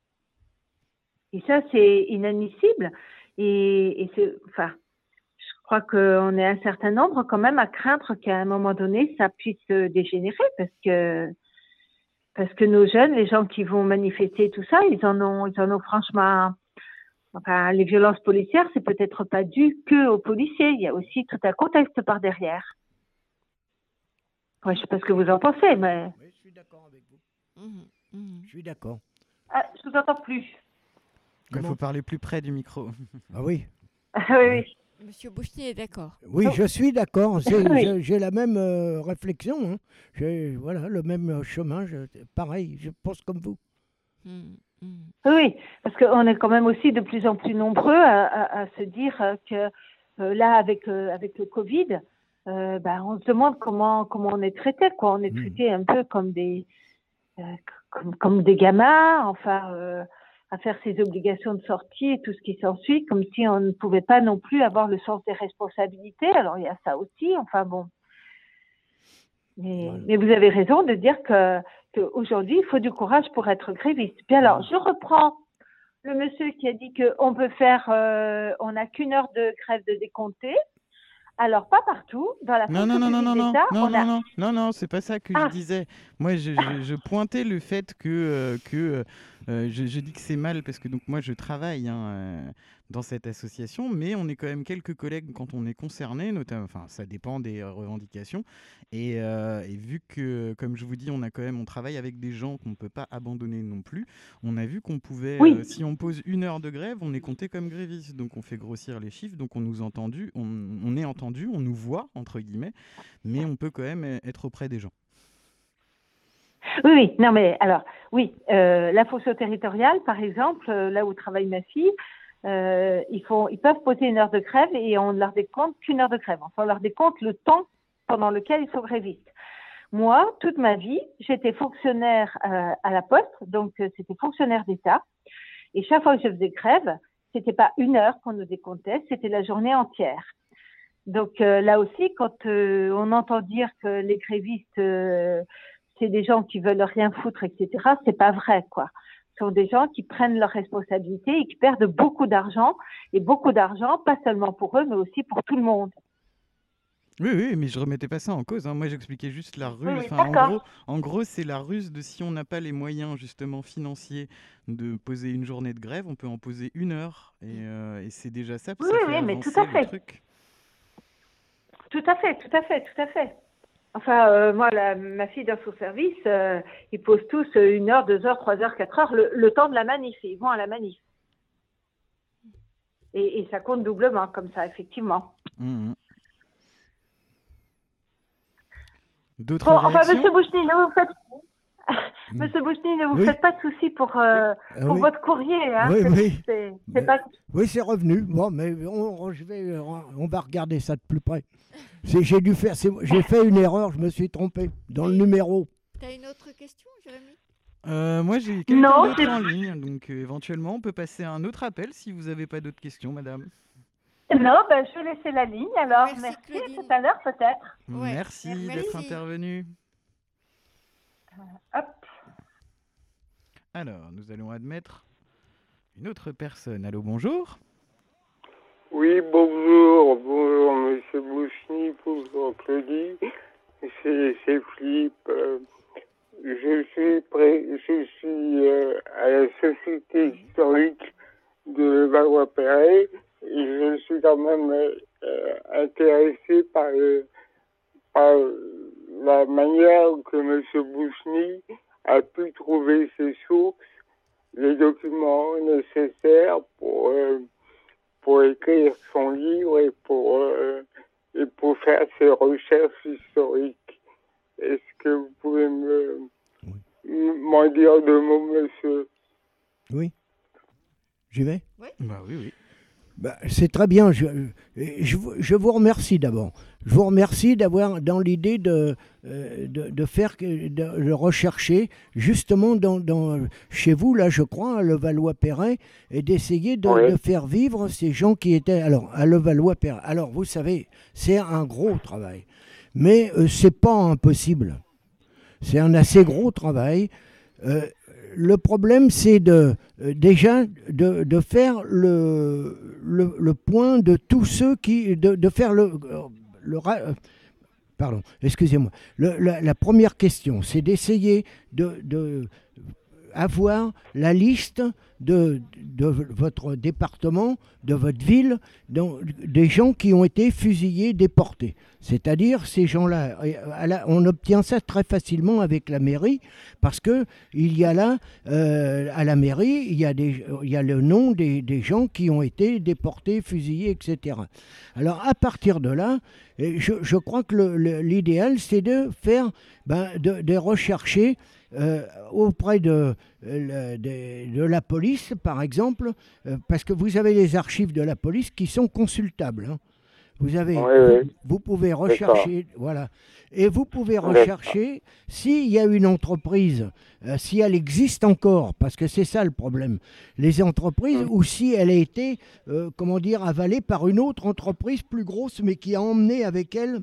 Et ça, c'est inadmissible. Et, et c'est, enfin, je crois qu'on est un certain nombre quand même à craindre qu'à un moment donné, ça puisse dégénérer parce que, parce que nos jeunes, les gens qui vont manifester tout ça, ils en ont, ils en ont franchement, enfin, les violences policières, c'est peut-être pas dû que aux policiers. Il y a aussi tout un contexte par derrière. Ouais, je sais pas ce que vous en pensez, mais. Oui, je suis d'accord avec vous. Je suis d'accord. Ah, je vous entends plus. Il faut parler plus près du micro. Ah oui. Ah oui, oui. Monsieur Bouchny est d'accord. Oui, je suis d'accord. C'est- Oui. je- J'ai la même euh, réflexion. hein. J'ai voilà, le même euh, chemin. Je- pareil, je pense comme vous. Mm, mm. Oui, parce qu'on est quand même aussi de plus en plus nombreux à, à- à se dire euh, que euh, là, avec, euh, avec le Covid, euh, ben, on se demande comment, comment on est traité, quoi. On est Mm. traité un peu comme des, euh, comme, comme des gamins, enfin, euh, à faire ses obligations de sortie et tout ce qui s'ensuit, comme si on ne pouvait pas non plus avoir le sens des responsabilités. Alors, il y a ça aussi, enfin bon. Mais, Voilà. mais vous avez raison de dire que qu'aujourd'hui, il faut du courage pour être gréviste. Puis alors, je reprends le monsieur qui a dit qu'on peut faire, euh, on n'a qu'une heure de grève de décompté. Alors, pas partout. Dans la Non, fonction non, non, non, publique non, non, d'État, non, on non, a... non, non, non, c'est pas ça que Ah. je disais. Moi, je, je- je pointais le fait que, euh, que euh, je, je dis que c'est mal parce que donc moi, je travaille hein, euh, dans cette association, mais on est quand même quelques collègues quand on est concerné, notamment, enfin, ça dépend des euh, revendications. Et, euh, et vu que, comme je vous dis, on a quand même, on travaille avec des gens qu'on ne peut pas abandonner non plus. On a vu qu'on pouvait, Oui. euh, si on pose une heure de grève, on est compté comme gréviste, donc on fait grossir les chiffres, donc on nous entendu, on, on est entendu, on nous voit entre guillemets, mais on peut quand même être auprès des gens. Oui, oui, non mais alors, oui, euh, la fonction territoriale, par exemple, euh, là où travaille ma fille, euh, ils, font, ils peuvent poser une heure de grève et on ne leur décompte qu'une heure de grève. Enfin, on leur décompte le temps pendant lequel ils sont grévistes. Moi, toute ma vie, j'étais fonctionnaire euh, à la Poste, donc euh, c'était fonctionnaire d'État. Et chaque fois que je faisais grève, c'était pas une heure qu'on nous décomptait, c'était la journée entière. Donc euh, là aussi, quand euh, on entend dire que les grévistes, euh, c'est des gens qui veulent rien foutre, et cetera, c'est pas vrai, quoi. Ce sont des gens qui prennent leurs responsabilités et qui perdent beaucoup d'argent, et beaucoup d'argent, pas seulement pour eux, mais aussi pour tout le monde. Oui, oui, mais je remettais pas ça en cause, hein. Moi, j'expliquais juste la ruse. Oui, oui, Enfin, en d'accord. gros, en gros, c'est la ruse de si on n'a pas les moyens justement financiers de poser une journée de grève, on peut en poser une heure. Et, euh, et c'est déjà ça, puis Oui, ça oui, fait mais tout avancer à le fait. truc. Tout à fait, tout à fait, tout à fait. Enfin, euh, moi, la, ma fille dans son service, euh, ils posent tous euh, une heure, deux heures, trois heures, quatre heures, le, le temps de la manif. Ils vont à la manif. Et, et ça compte doublement, comme ça, effectivement. Mmh. D'autres Bon, enfin, réactions? Monsieur Bouchny, ne vous faites, Monsieur Bouchny, ne vous Oui. faites pas de soucis pour, euh, Ah pour oui. votre courrier. Hein. Oui, c'est, oui. c'est, c'est Mais- pas... Oui, c'est revenu. Bon, mais on, on- je vais, on va regarder ça de plus près. C'est- J'ai dû faire, c'est- j'ai fait une erreur, je me suis trompé dans le numéro. Tu as une autre question, Jérémy? Euh, moi, j'ai quelqu'un Non, d'autre c'est- en ligne, donc euh, éventuellement, on peut passer à un autre appel si vous n'avez pas d'autres questions, madame. Non, ben, je vais laisser la ligne alors. Merci, Merci, Claudine. tout à l'heure peut-être. Ouais, Merci merci. d'être intervenu. Hop. Alors, nous allons admettre une autre personne. Allô, bonjour. Oui, bonjour, bonjour Monsieur Bouchny, bonjour Claudie, c'est, c'est Philippe. Euh, je suis, pré, je suis euh, à la Société historique de Valois-Perret et je suis quand même euh, intéressé par, euh, par la manière que Monsieur Bouchny a pu trouver ses sources, les documents nécessaires pour... Euh, pour écrire son livre et pour, euh, et pour faire ses recherches historiques. Est-ce que vous pouvez me, Oui. m'en dire deux mots, monsieur? Oui. J'y vais? Bah oui, oui. Bah, c'est très bien. Je, je, vous- je vous remercie d'abord. Je vous remercie d'avoir dans l'idée de, euh, de, de faire, que- de, de rechercher justement dans, dans, chez vous, là, je crois, à Levallois-Perret, et d'essayer de, Oui. de faire vivre ces gens qui étaient alors à Levallois-Perret. Alors, vous savez, c'est un gros travail, mais euh, c'est pas impossible. C'est un assez gros travail. Euh, le problème, c'est de, euh, déjà de, de faire le, le, le point de tous ceux qui... de, de faire le... le ra- euh, pardon, excusez-moi. Le- la, la première question, c'est d'essayer de, de avoir la liste de, de votre département, de votre ville, dans- des gens qui ont été fusillés, déportés. C'est-à-dire ces gens-là, et à la- on obtient ça très facilement avec la mairie, parce que il y a là, euh, à la mairie, il y a, des, il y a le nom des, des gens qui ont été déportés, fusillés, et cetera. Alors à partir de là, et je, je crois que le- le- l'idéal, c'est de faire, ben, de, de rechercher euh, auprès de, euh, le- de, de la police, par exemple, euh, parce que vous avez les archives de la police qui sont consultables. hein. Vous avez, Oui, vous, oui. vous pouvez rechercher, voilà, et vous pouvez rechercher s'il y a une entreprise, euh, si elle existe encore, parce que c'est ça le problème, les entreprises, Mm. ou si elle a été, euh, comment dire, avalée par une autre entreprise plus grosse, mais qui a emmené avec elle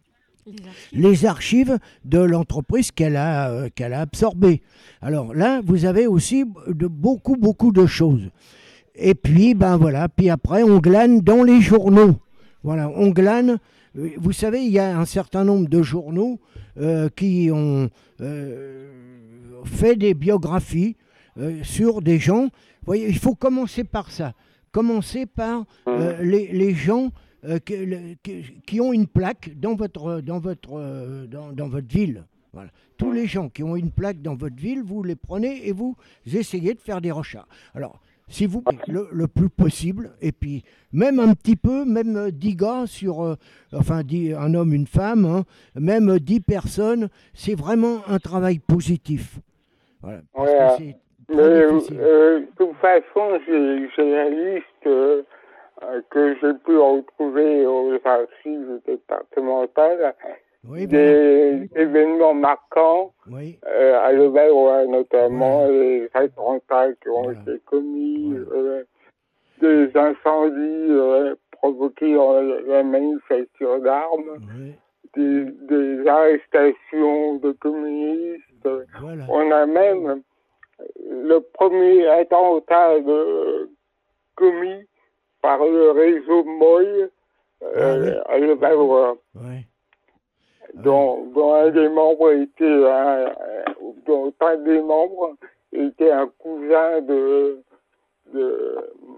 Les archives. les archives de l'entreprise qu'elle a, euh, qu'elle a absorbée. Alors là, vous avez aussi de, beaucoup, beaucoup de choses. Et puis, ben voilà, puis après, on glane dans les journaux. Voilà, on glane. Euh, Vous savez, il y a un certain nombre de journaux euh, qui ont euh, fait des biographies euh, sur des gens. Vous voyez, il faut commencer par ça. Commencer par euh, les, les gens euh, que- le- que- qui ont une plaque dans votre, dans votre, euh, dans, dans votre ville. Voilà. Tous les gens qui ont une plaque dans votre ville, vous les prenez et vous essayez de faire des recherches. Alors, si vous le, le plus possible, et puis même un petit peu, même euh, dix gars sur, euh, enfin dix- un homme, une femme, hein, même euh, dix personnes, c'est vraiment un travail positif. Voilà. Parce Ouais, que c'est Mais très difficile. euh, de toute façon, j'ai, j'ai la liste euh, euh, que j'ai pu retrouver aux archives départementales Oui, des voilà. événements marquants Oui. euh, à Levallois, notamment voilà. Les attentats qui ont voilà. été commis, voilà. euh, des incendies euh, provoqués dans la manufacture d'armes, Oui. des, des arrestations de communistes. Voilà. On a même le premier attentat de, commis par le réseau Moy euh, ah, oui. à Levallois. Oui. Dont, dont un des membres était un, dont un des membres était un cousin de de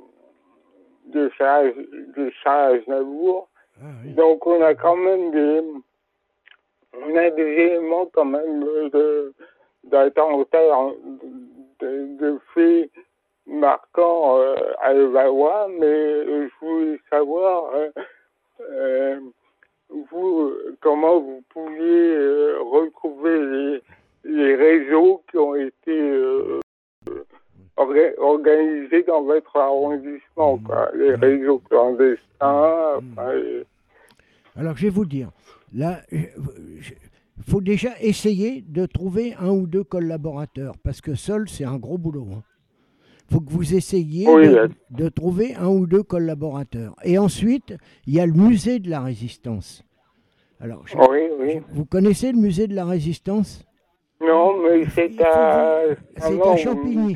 de Charles de Charles Aznavour. Ah, oui. Donc on a quand même des on a des éléments quand même de d'attentats de, de faits marquants euh, à Levallois, mais je voulais savoir euh, euh, vous, comment vous pouviez euh, retrouver les, les réseaux qui ont été euh, orga- organisés dans votre arrondissement, mmh. quoi. Les mmh. réseaux clandestins. Mmh. Enfin, et... Alors, je vais vous dire, là, il faut déjà essayer de trouver un ou deux collaborateurs, parce que seul, c'est un gros boulot. Il hein. faut que vous essayiez oui, de, oui. de trouver un ou deux collaborateurs. Et ensuite, il y a le musée de la Résistance. Alors, je, oui, oui. Je, vous connaissez le musée de la Résistance? Non, mais c'est à... C'est à Champigny.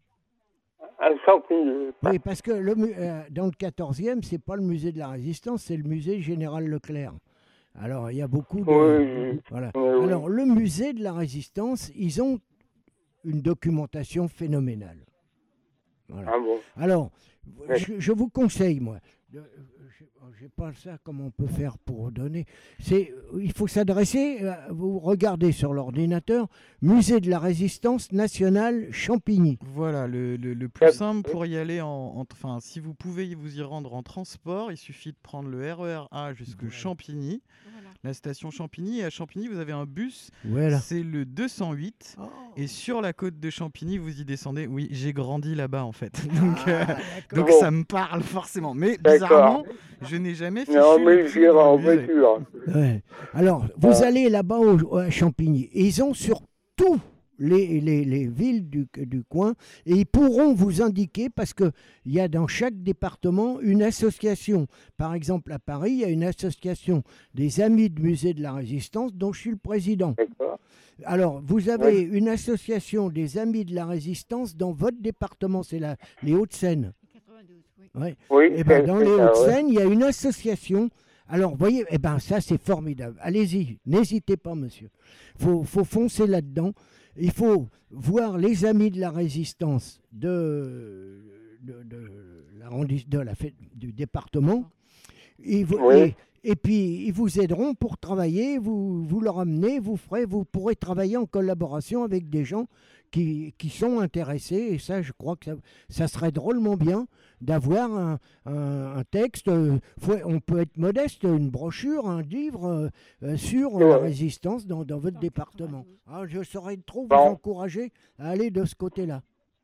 À Champigny. Oui, parce que le, euh, dans le quatorzième, c'est pas le musée de la Résistance, c'est le musée Général Leclerc. Alors, il y a beaucoup de... Oui, voilà. oui, Alors, le musée de la Résistance, ils ont une documentation phénoménale. Voilà. Ah bon. Alors, oui. je, je vous conseille, moi, de, je n'ai pas ça, comment on peut faire pour donner. C'est, il faut s'adresser, vous regardez sur l'ordinateur, Musée de la Résistance nationale Champigny. Voilà, le, le, le plus simple pour y aller, en, en, enfin, si vous pouvez vous y rendre en transport, il suffit de prendre le R E R A jusque voilà. Champigny, voilà. la station Champigny. Et à Champigny, vous avez un bus, voilà. c'est le deux cent huit. Oh. Et sur la côte de Champigny, vous y descendez. Oui, j'ai grandi là-bas en fait. Donc, ah, euh, donc ça me parle forcément. Mais bizarrement, je n'ai jamais fichu non, mais le j'irai en voiture. Ouais. Alors, vous ah. allez là-bas au, à Champigny. Et ils ont sur tous les, les, les villes du, du coin. Et ils pourront vous indiquer, parce qu'il y a dans chaque département une association. Par exemple, à Paris, il y a une association des Amis du Musée de la Résistance, dont je suis le président. D'accord. Alors, vous avez oui. une association des Amis de la Résistance dans votre département, c'est la, les Hauts-de-Seine. Ouais. Oui, et ben, dans les Hauts-de-Seine, ouais. il y a une association. Alors, vous voyez, eh ben, ça, c'est formidable. Allez-y, n'hésitez pas, monsieur. Il faut, faut foncer là-dedans. Il faut voir les Amis de la Résistance de, de, de, de, de la fête, du département. Et, vous, oui. et, et puis, ils vous aideront pour travailler. Vous, vous leur amenez, vous ferez, vous pourrez travailler en collaboration avec des gens qui, qui sont intéressés. Et ça, je crois que ça, ça serait drôlement bien d'avoir un, un, un texte, faut, on peut être modeste, une brochure, un livre euh, sur ouais. la résistance dans, dans votre département. Ah, je serais trop bon. vous encourager à aller de ce côté-là.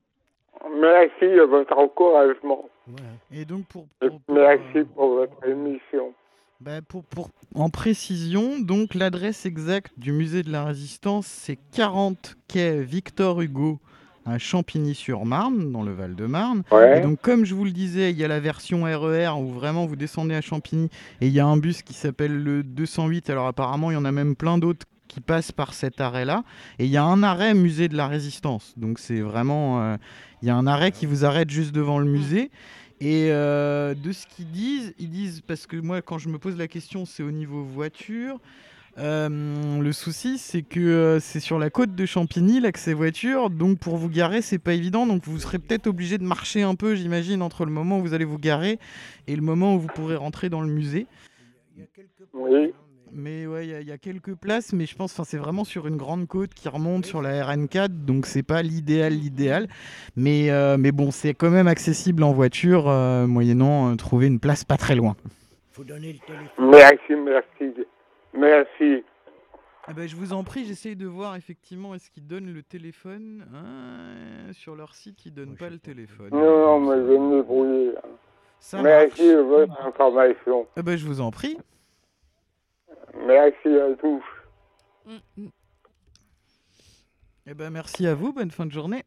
Merci de votre encouragement. Voilà. Et donc pour, pour, pour merci euh, pour votre émission. Bah pour, pour, en précision, donc l'adresse exacte du musée de la Résistance, c'est quarante quai Victor Hugo à Champigny-sur-Marne, dans le Val-de-Marne. Ouais. Et donc, comme je vous le disais, il y a la version R E R où vraiment vous descendez à Champigny et il y a un bus qui s'appelle le deux cent huit. Alors apparemment, il y en a même plein d'autres qui passent par cet arrêt-là. Et il y a un arrêt musée de la Résistance. Donc c'est vraiment... Euh, il y a un arrêt qui vous arrête juste devant le musée. Et euh, de ce qu'ils disent, ils disent, parce que moi, quand je me pose la question, c'est au niveau voiture. Euh, le souci, c'est que euh, c'est sur la côte de Champigny, l'accès voiture, donc pour vous garer, c'est pas évident, donc vous serez peut-être obligé de marcher un peu, j'imagine, entre le moment où vous allez vous garer et le moment où vous pourrez rentrer dans le musée. Oui. Mais ouais, il y, y a quelques places, mais je pense que c'est vraiment sur une grande côte qui remonte sur la R N quatre, donc c'est pas l'idéal, l'idéal. Mais, euh, mais bon, c'est quand même accessible en voiture, euh, moyennant euh, trouver une place pas très loin. Faut donner le téléphone. Merci, merci. Merci. Ah ben, je vous en prie, j'essaye de voir effectivement est-ce qu'ils donnent le téléphone. Ah, sur leur site, ils donnent Moi, pas le téléphone. Non, non, mais je vais me débrouiller. Merci de votre information. Ah ben, je vous en prie. Merci à tous. Mm. Eh ben, merci à vous, bonne fin de journée.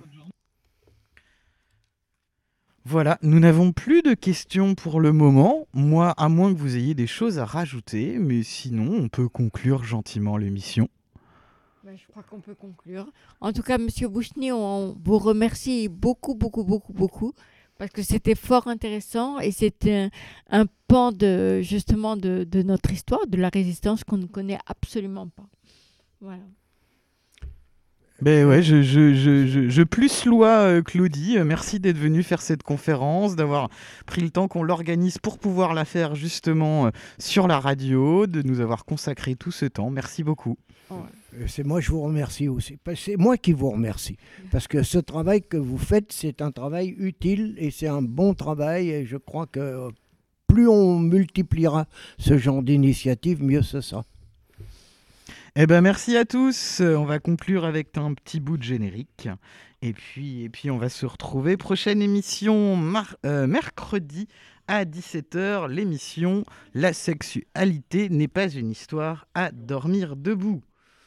Voilà, nous n'avons plus de questions pour le moment, moi, à moins que vous ayez des choses à rajouter, mais sinon, on peut conclure gentiment l'émission. Ben, je crois qu'on peut conclure. En tout cas, Monsieur Bouchny, on vous remercie beaucoup, beaucoup, beaucoup, beaucoup, parce que c'était fort intéressant et c'était un, un pan de, justement de, de notre histoire, de la résistance qu'on ne connaît absolument pas. Voilà. Ben ouais, je, je, je, je, je plus lois euh, Claudie, euh, merci d'être venue faire cette conférence, d'avoir pris le temps qu'on l'organise pour pouvoir la faire justement euh, sur la radio, de nous avoir consacré tout ce temps. Merci beaucoup. Ouais. C'est moi, je vous remercie aussi. C'est moi qui vous remercie. Parce que ce travail que vous faites, c'est un travail utile et c'est un bon travail. Et je crois que plus on multipliera ce genre d'initiative, mieux ce sera. Eh ben merci à tous. On va conclure avec un petit bout de générique. Et puis, et puis on va se retrouver. Prochaine émission mar- euh, mercredi à dix-sept heures. L'émission « La sexualité n'est pas une histoire à dormir debout ».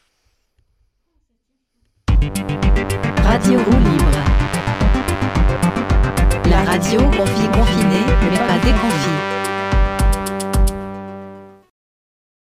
Radio Roue Libre. La radio confie confinée, mais pas déconfie.